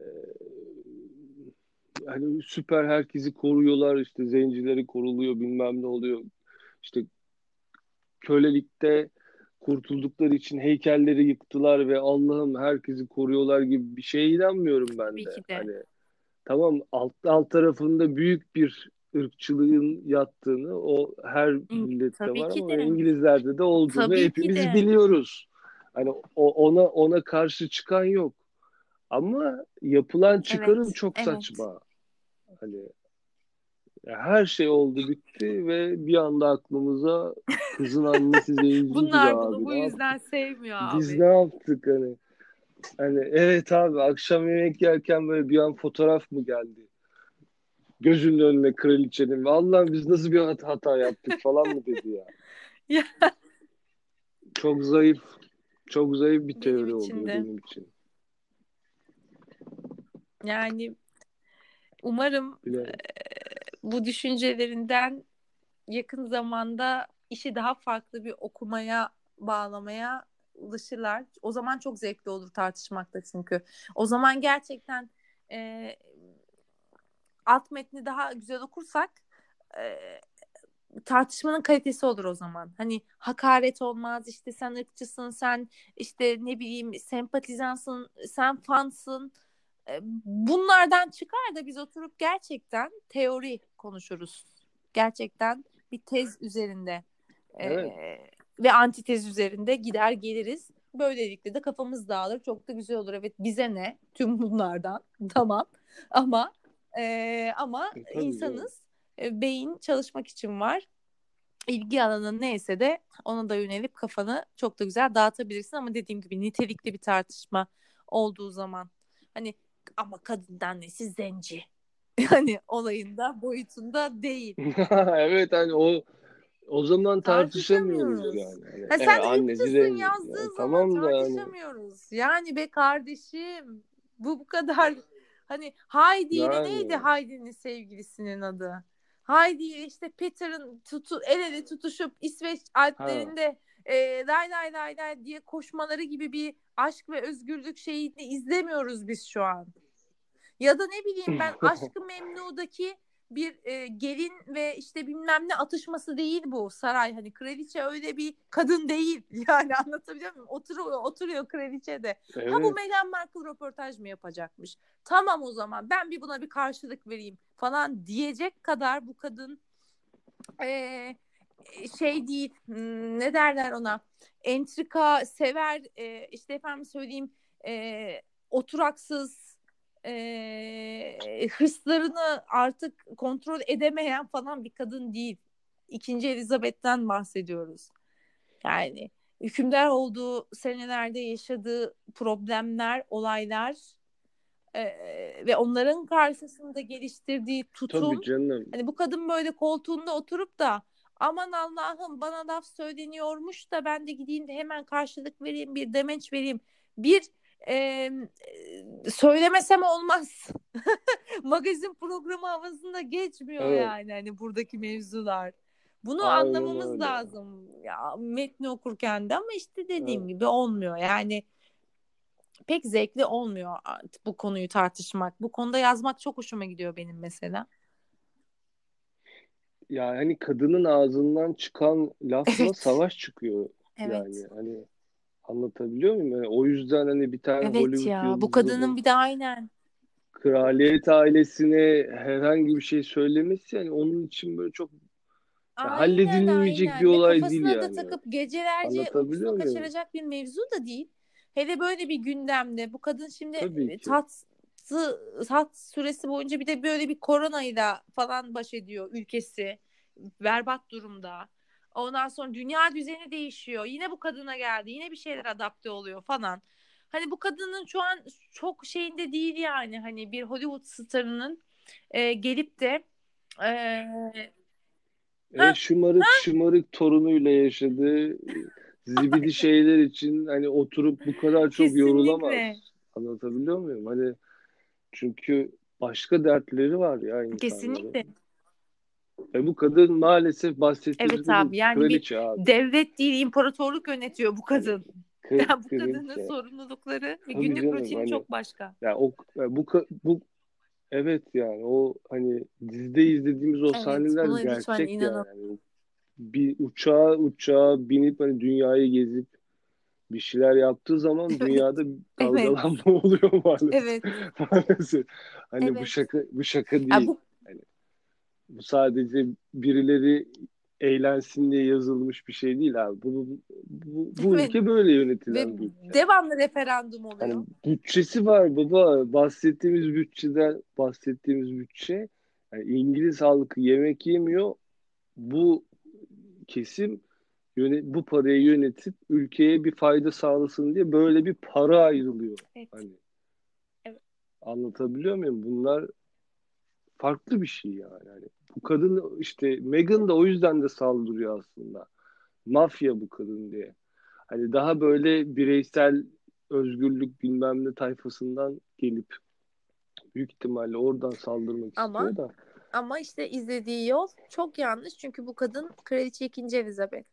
hani süper, herkesi koruyorlar, işte zencileri koruluyor, bilmem ne oluyor, işte kölelikte kurtuldukları için heykelleri yıktılar ve Allah'ım herkesi koruyorlar gibi bir şeye inanmıyorum ben Tabii de. ki de. Hani tamam, alt tarafında büyük bir ırkçılığın yattığını, o her millette Tabii var ki ama de. İngilizlerde de olduğunu Tabii ki hepimiz de. biliyoruz. Hani ona karşı çıkan yok. Ama yapılan çıkarım Evet, çok evet. saçma. Hani ya her şey oldu bitti ve bir anda aklımıza kızın annesi zenciydi be Bunlar bunu abi. bu Ne yaptık? yüzden sevmiyor Biz abi. ne yaptık hani? Hani evet abi, akşam yemek yerken böyle bir an fotoğraf mı geldi? Gözünün önüne kraliçenin. Allah'ım biz nasıl bir hata yaptık falan mı dedi ya. Ya, Çok zayıf, çok zayıf bir benim teori için oluyor de. benim için. Yani umarım Bilemedim. bu düşüncelerinden yakın zamanda işi daha farklı bir okumaya bağlamaya ulaşırlar. O zaman çok zevkli olur tartışmakta çünkü. O zaman gerçekten e, alt metni daha güzel okursak e, tartışmanın kalitesi olur o zaman. Hani hakaret olmaz, işte sen ırkçısın, sen işte ne bileyim sempatizansın, sen fansın. Bunlardan çıkar da biz oturup gerçekten teori konuşuruz. Gerçekten bir tez üzerinde Evet. ve antitez üzerinde gider geliriz. Böylelikle de kafamız dağılır. Çok da güzel olur. Evet, bize ne tüm bunlardan? Tamam. Ama Tabii canım. insanız. Beyin çalışmak için var. İlgi alanın neyse de ona da yönelip kafanı çok da güzel dağıtabilirsin, ama dediğim gibi nitelikli bir tartışma olduğu zaman, hani ama kadın annesi zenci. Yani olayında boyutunda değil. Evet, hani o zaman tartışamıyoruz Tartışamıyoruz. yani. Hani, Ha, evet, sen annesi ırkçısın zenci. Yani yazdığı zaman tamam da hani tartışamıyoruz. Yani be kardeşim, bu kadar. Hani Heidi ile neydi yani Heidi'nin sevgilisinin adı? Heidi ile işte Peter'ın el ele tutuşup İsveç ha. Alplerinde lay lay lay lay diye koşmaları gibi bir aşk ve özgürlük şeyini izlemiyoruz biz şu an. Ya da ne bileyim, ben Aşk-ı Memnu'daki bir gelin ve işte bilmem ne atışması değil bu saray. Hani kraliçe öyle bir kadın değil. Yani anlatabiliyor muyum? Oturuyor kraliçe de. Ha bu Evet. Meghan Markle röportaj mı yapacakmış? Tamam o zaman ben buna bir karşılık vereyim falan diyecek kadar bu kadın e, şey değil, ne derler ona, entrika sever, işte efendim söyleyeyim, oturaksız, hırslarını artık kontrol edemeyen falan bir kadın değil. İkinci Elizabeth'ten bahsediyoruz. Yani hükümdar olduğu senelerde yaşadığı problemler, olaylar ve onların karşısında geliştirdiği Tabii tutum, canım. hani bu kadın böyle koltuğunda oturup da aman Allah'ım bana laf söyleniyormuş da ben de gideyim de hemen karşılık vereyim, bir demeç vereyim, bir e, söylemesem olmaz magazin programı havasında geçmiyor Evet. yani hani buradaki mevzular. Bunu Aynen anlamamız öyle. lazım ya metni okurken de, ama işte dediğim Evet. gibi olmuyor yani, pek zevkli olmuyor artık bu konuyu tartışmak. Bu konuda yazmak çok hoşuma gidiyor benim mesela. Yani hani kadının ağzından çıkan lafla Evet. savaş çıkıyor. Evet. Yani hani anlatabiliyor muyum? Yani o yüzden hani bir tane Evet Hollywood ya. Bu yıldızının kadının bir de aynen. kraliyet ailesine herhangi bir şey söylemesi yani onun için böyle çok ya Aynen halledilmeyecek bir aynen. Ve olay değil kafasına da yani. takıp gecelerce Anlatabiliyor uykusunu muyum? kaçıracak bir mevzu da değil. Hele böyle bir gündemde bu kadın şimdi Tabii ki. tat süresi boyunca bir de böyle bir koronayla falan baş ediyor ülkesi. Berbat durumda. Ondan sonra dünya düzeni değişiyor. Yine bu kadına geldi. Yine bir şeyler adapte oluyor falan. Hani bu kadının şu an çok şeyinde değil yani. Hani bir Hollywood starının gelip de e, ha Şımarık şımarık torunuyla yaşadığı zibidi şeyler için hani oturup bu kadar çok yorulamaz. kesinlikle. Anlatabiliyor muyum? Hani çünkü başka dertleri var ya Kesinlikle. insanların. Ve bu kadın maalesef bahsettiğimiz Evet kadın abi, yani bir kraliçe abi. devlet değil imparatorluk yönetiyor bu Hani kadın. Yani bu kadının kraliçe. sorumlulukları ve Tabii günlük canım rutini hani çok başka. ya bu evet yani o hani dizide izlediğimiz o Evet, sahneler buna lütfen gerçek yani. inanın. Yani bir uçağa binip hani dünyayı gezip bir şeyler yaptığı zaman Evet, dünyada evet, dalgalanma oluyor maalesef. evet, Maalesef. Hani evet. bu şaka Ya değil. bu Hani bu sadece birileri eğlensin diye yazılmış bir şey değil abi. Bu evet ülke böyle ve yönetilen bir ülke. devamlı referandum oluyor. Hani bütçesi var baba. Bahsettiğimiz bütçe yani İngiliz halkı yemek yemiyor. Bu kesim bu parayı yönetip ülkeye bir fayda sağlasın diye böyle bir para ayrılıyor. Evet, Hani evet, anlatabiliyor muyum? Bunlar farklı bir şey yani. Yani bu kadın işte Meghan da o yüzden de saldırıyor aslında. Mafya bu kadın diye. Hani daha böyle bireysel özgürlük bilmem ne tayfasından gelip büyük ihtimalle oradan saldırmak ama istiyor da. işte izlediği yol çok yanlış, çünkü bu kadın Kraliçe 2. Elizabeth.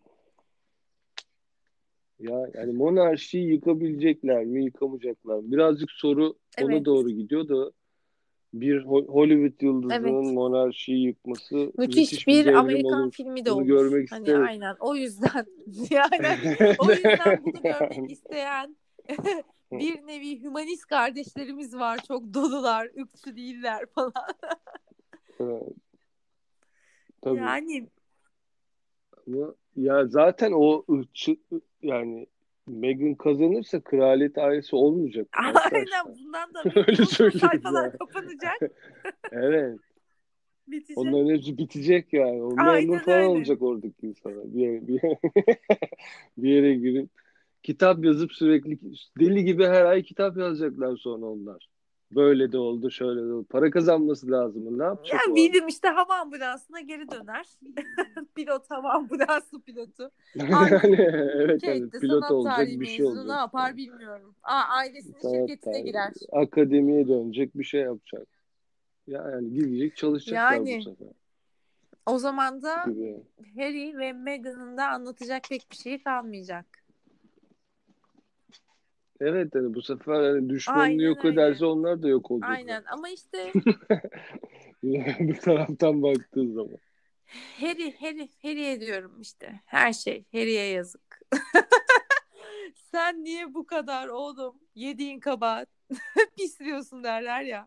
Ya yani monarşiyi yıkabilecekler mi, yıkamayacaklar mı? Birazcık soru ona Evet, doğru gidiyor da bir Hollywood yıldızının evet. monarşiyi yıkması Müthiş müthiş bir bir devrim Amerikan olur. filmi de Bunu olur. görmek Hani isteriz. aynen o yüzden yani hani o yüzden bunu görmek isteyen bir nevi hümanist kardeşlerimiz var. Çok dolular, ırkçı değiller falan. Tabii. Yani Ama ya zaten yani Meghan kazanırsa kraliyet ailesi olmayacak aynen, arkadaşlar. bundan da Öyle biliyorsun o söyleyeyim sayfalar ya. kapanacak, Evet. bitecek. Onların hepsi bitecek yani. O memur Aynen falan öyle. olacak oradaki insana. Bir yere girip kitap yazıp sürekli deli gibi her ay kitap yazacaklar sonra onlar. Böyle de oldu, şöyle de oldu. Para kazanması lazım. Ne yapacak Yani o adam? William işte hava ambulansına geri döner. Pilot, hava ambulansı pilotu. Yani Annem evet hani Kate'de pilot sanat olacak tarihi bir şey mezunu, ne olacak yapar yani. bilmiyorum. Ailesinin Sanat şirketine tarihi, girer. akademiye dönecek bir şey yapacak. Yani gidecek çalışacaklar bu Yani sefer o zaman da gibi. Harry ve Meghan'ın da anlatacak pek bir şey kalmayacak. Evet hani bu sefer hani düşmanını Aynen yok öyle. ederse onlar da yok olacaklar. Aynen, ama işte Bir taraftan baktığın zaman. Harry'e diyorum işte. Her şey Harry'e yazık. Sen niye bu kadar oğlum yediğin kabahat pisliyorsun derler ya.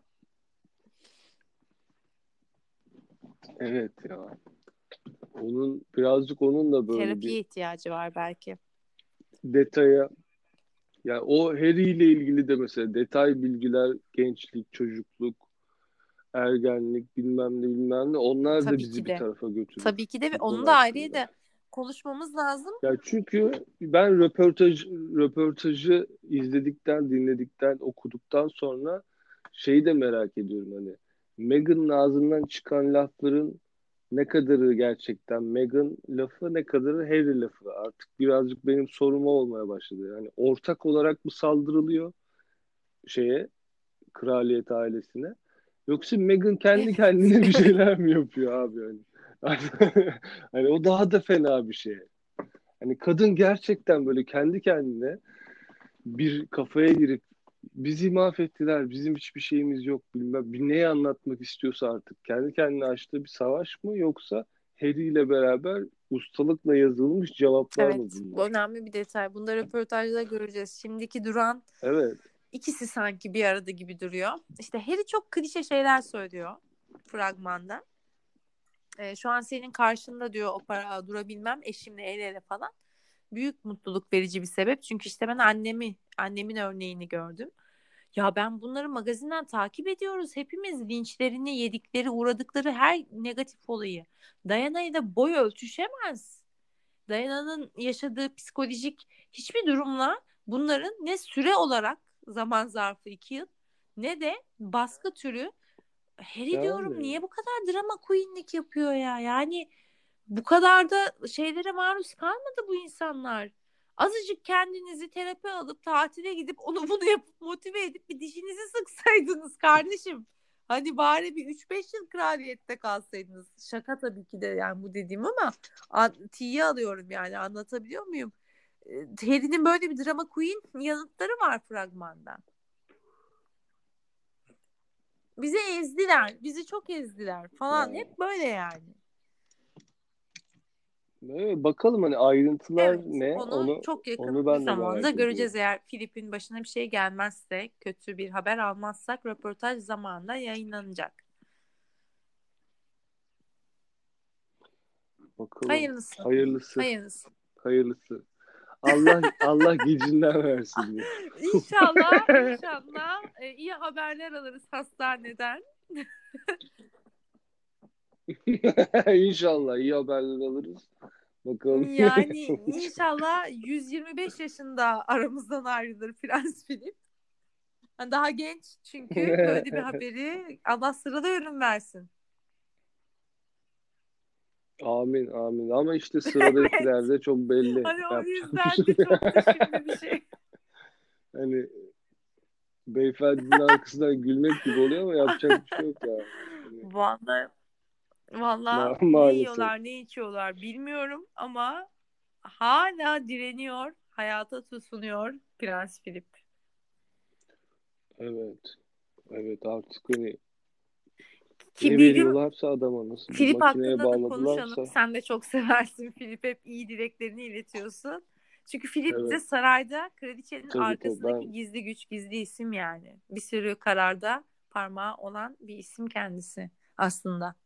Evet ya. Birazcık onun da böyle bir Terapiye ihtiyacı var belki. detaya, yani o Harry ile ilgili de mesela detay bilgiler, gençlik, çocukluk, ergenlik, bilmem ne bilmem ne, onlar da Tabii bizi ki bir de. tarafa götürür Tabii ki de ve bu konu onun da ayrıca hakkında. da konuşmamız lazım. Ya çünkü ben röportajı izledikten, dinledikten, okuduktan sonra şeyi de merak ediyorum, hani Meghan'ın ağzından çıkan lafların ne kadarı gerçekten Meghan lafı, ne kadarı Harry lafı, artık birazcık benim soruma olmaya başladı. Yani ortak olarak mı saldırılıyor şeye, kraliyet ailesine, yoksa Meghan kendi Evet. kendine bir şeyler mi yapıyor abi yani? Hani o daha da fena bir şey. Hani kadın gerçekten böyle kendi kendine bir kafaya girip bizi mahvettiler, bizim hiçbir şeyimiz yok bilmem, bir neyi anlatmak istiyorsa artık kendi kendine açtığı bir savaş mı, yoksa Harry ile beraber ustalıkla yazılmış cevaplar mı Evet, bu bunlar? önemli bir detay. Bunda röportajda göreceğiz. Şimdiki duran Evet. ikisi sanki bir arada gibi duruyor. İşte Harry çok klişe şeyler söylüyor fragmanda. Şu an senin karşında diyor o para durabilmem eşimle el ele falan. Büyük mutluluk verici bir sebep. Çünkü işte ben annemin örneğini gördüm. Ya ben bunları magazinden takip ediyoruz. Hepimiz linçlerini yedikleri, uğradıkları her negatif olayı. Diana'yı da boy ölçüşemez. Diana'nın yaşadığı psikolojik hiçbir durumla bunların ne süre olarak zaman zarfı 2 yıl ne de baskı türü. Harry diyorum Yani niye bu kadar drama queenlik yapıyor ya? Yani bu kadar da şeylere maruz kalmadı bu insanlar. Azıcık kendinizi terapi alıp tatile gidip onu bunu yapıp motive edip bir dişinizi sıksaydınız kardeşim. Hani bari bir 3-5 yıl kraliyette kalsaydınız. Şaka tabii ki de yani bu dediğim ama tiye alıyorum yani anlatabiliyor muyum? Harry'nin böyle bir drama queen yanıtları var fragmanda. Bizi ezdiler. Bizi çok ezdiler falan. ya. Hep böyle yani. Evet, bakalım hani ayrıntılar Evet, ne, onu onu çok yakın onu bir ben de zamanda merak göreceğiz. ediyorum. Eğer Filip'in başına bir şey gelmezse, kötü bir haber almazsak röportaj zamanında yayınlanacak. Bakalım. Hayırlısı. Hayırlısı. Hayırlısı. Hayırlısı. Allah gecinden versin diye. İnşallah, inşallah iyi haberler alırız hastaneden. İnşallah iyi haberler alırız. Bakalım. Yani inşallah 125 yaşında aramızdan ayrılır Prens Philip. Yani daha genç çünkü böyle bir haberi Allah sıralı ölüm versin. Amin amin. Ama işte sıradakiler Evet. de çok belli. Hani o Yapacak bir yüzden şey. de çok da şimdi bir şey. Hani beyefendinin arkasından gülmek gibi oluyor ama yapacak bir şey yok ya. Hani Vallahi, vallahi ne maalesef. yiyorlar, ne içiyorlar bilmiyorum ama hala direniyor, hayata tutunuyor Prens Philip. Evet. Evet, artık hani Ki ne bir gün veriyorlarsa adama, nasıl bir Philip makineye hakkında da konuşalım. bağladılarsa, Sen de çok seversin Philip, hep iyi dileklerini iletiyorsun. Çünkü Philip bize evet, sarayda kraliçenin tabii arkasındaki ben gizli güç, gizli isim yani. Bir sürü kararda parmağı olan bir isim kendisi aslında.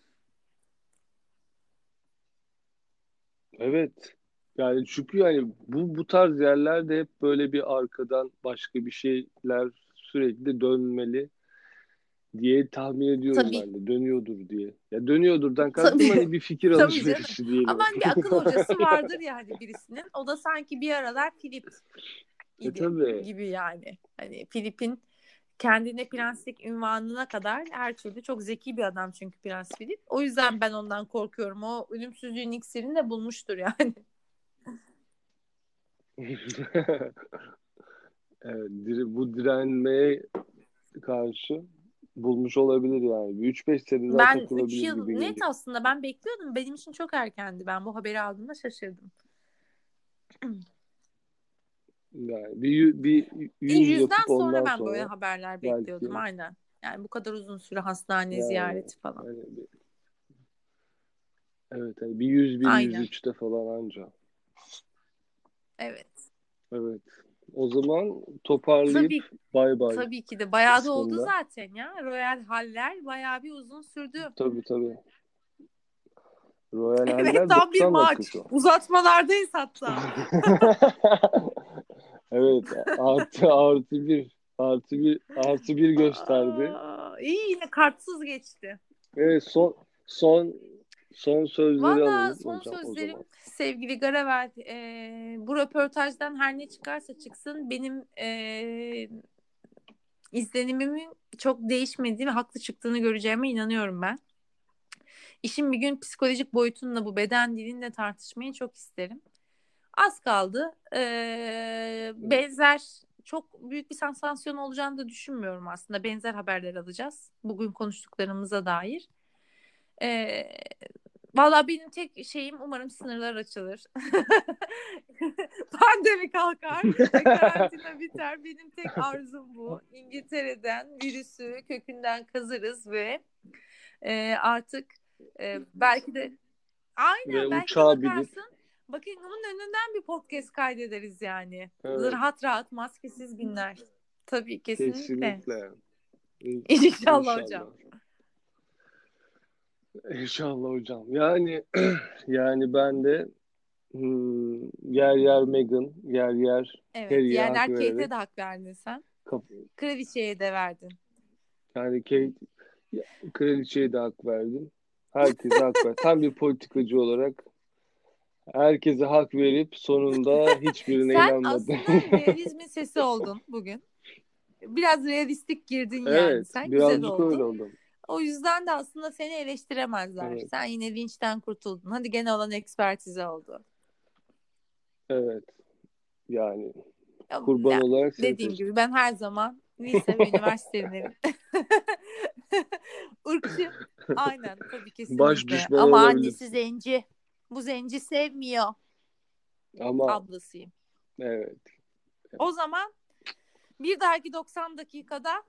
evet, yani çünkü yani bu tarz yerlerde hep böyle bir arkadan başka bir şeyler sürekli dönmeli diye tahmin ediyorum, Tabii. ben de dönüyordur diye. Ya dönüyordurdan kastım Tabii. hani bir fikir Tabii canım. alışverişi diyelim. Ama bir akıl hocası vardır ya hani birisinin. O da sanki bir aralar Filip idi Tabii. gibi yani. Hani Filip'in kendine prenslik ünvanına kadar her türlü çok zeki bir adam çünkü Prens Filip. O yüzden ben ondan korkuyorum. O ölümsüzlüğün iksirini de bulmuştur yani. Evet, bu direnmeye karşı bulmuş olabilir yani. Bir 3-5 sene daha Ben 3 takılabilir yıl gibi net geliyor. aslında ben bekliyordum. Benim için çok erkendi. Ben bu haberi aldığımda şaşırdım. Yani bir yüz yapıp Yüzden sonra ondan ben böyle sonra haberler bekliyordum belki, aynen. Yani bu kadar uzun süre hastane Yani, ziyareti falan. hani evet, hani bir 101 Aynen. 103'te falan anca. Evet. Evet. O zaman toparlayıp Tabii bay bay tabii ki de bayağı da oldu kısmında. zaten ya. Royal Haller bayağı bir uzun sürdü. Tabii. Royal Evet, Haller tam bir 90 dakika maç. şu an. Uzatmalardayız hatta. Evet, artı bir gösterdi. İyi, yine kartsız geçti. Evet, son sözleri Valla alalım son hocam o sözlerim zaman. sevgili Garavel. Bu röportajdan her ne çıkarsa çıksın benim izlenimimin çok değişmediği ve haklı çıktığını göreceğime inanıyorum ben. İşin bir gün psikolojik boyutunla bu beden dilinle tartışmayı çok isterim. Az kaldı. Evet. Benzer çok büyük bir sansasyon olacağını da düşünmüyorum aslında. Benzer haberler alacağız. Bugün konuştuklarımıza dair. Ee, Valla benim tek şeyim umarım sınırlar açılır. Pandemi kalkar ve karantina biter. Benim tek arzum bu. İngiltere'den virüsü kökünden kazırız ve artık belki de Ve aynen belki de uçağa binip bakarsın Buckingham'ın önünden bir podcast kaydederiz yani. evet, Rahat rahat maskesiz günler. Tabii kesinlikle. kesinlikle. İnşallah hocam. İnşallah. İnşallah hocam. Yani yani ben de yer yer Meghan, yer yer Evet, Harry'e hak yerler Kate'e vererek de hak verdin sen. kap Kraliçeye de verdin. yani kraliçeye de hak verdim. Herkese hak ver. Tam bir politikacı olarak herkese hak verip sonunda hiçbirine Sen inanmadım. aslında realizmin sesi oldun bugün. Biraz realistik girdin yani Evet, sen. Güzel birazcık öyle oldu. oldum. O yüzden de aslında seni eleştiremezler. Evet, Sen yine linçten kurtuldun. Hadi gene olan ekspertize oldu. evet. Yani kurban Ya, olarak seni dediğim seçtim. gibi ben her zaman lise ve üniversitelerin ırkçı. Aynen tabii Baş kesinlikle. düşmanı Ama annesi olabilirsin. zenci. Bu zenci sevmiyor. Ama Ablasıyım. evet. O zaman bir dahaki 90 dakikada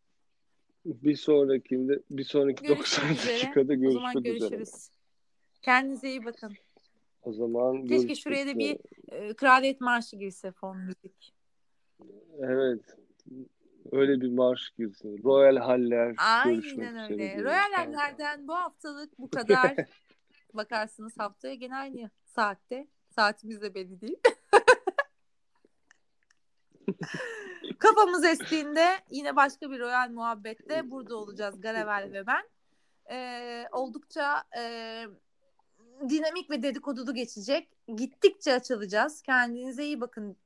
Bir sonraki 90 görüşmek üzere. dakikada O zaman görüşmek üzere. görüşürüz. Kendinize iyi bakın. O zaman Keşke görüşmek şuraya da üzere. bir kraliyet marşı girse fon müzik. Evet. Öyle bir marş girsin. Royal Haller görüşmek Aynen üzere öyle. diyelim kanka. Royaller'den bu haftalık bu kadar. Bakarsınız haftaya gene aynı saatte. Saatimiz de belli değil. Kafamız estiğinde yine başka bir royal muhabbette burada olacağız Garavel ve ben. Oldukça dinamik ve dedikodulu geçecek. Gittikçe açılacağız. Kendinize iyi bakın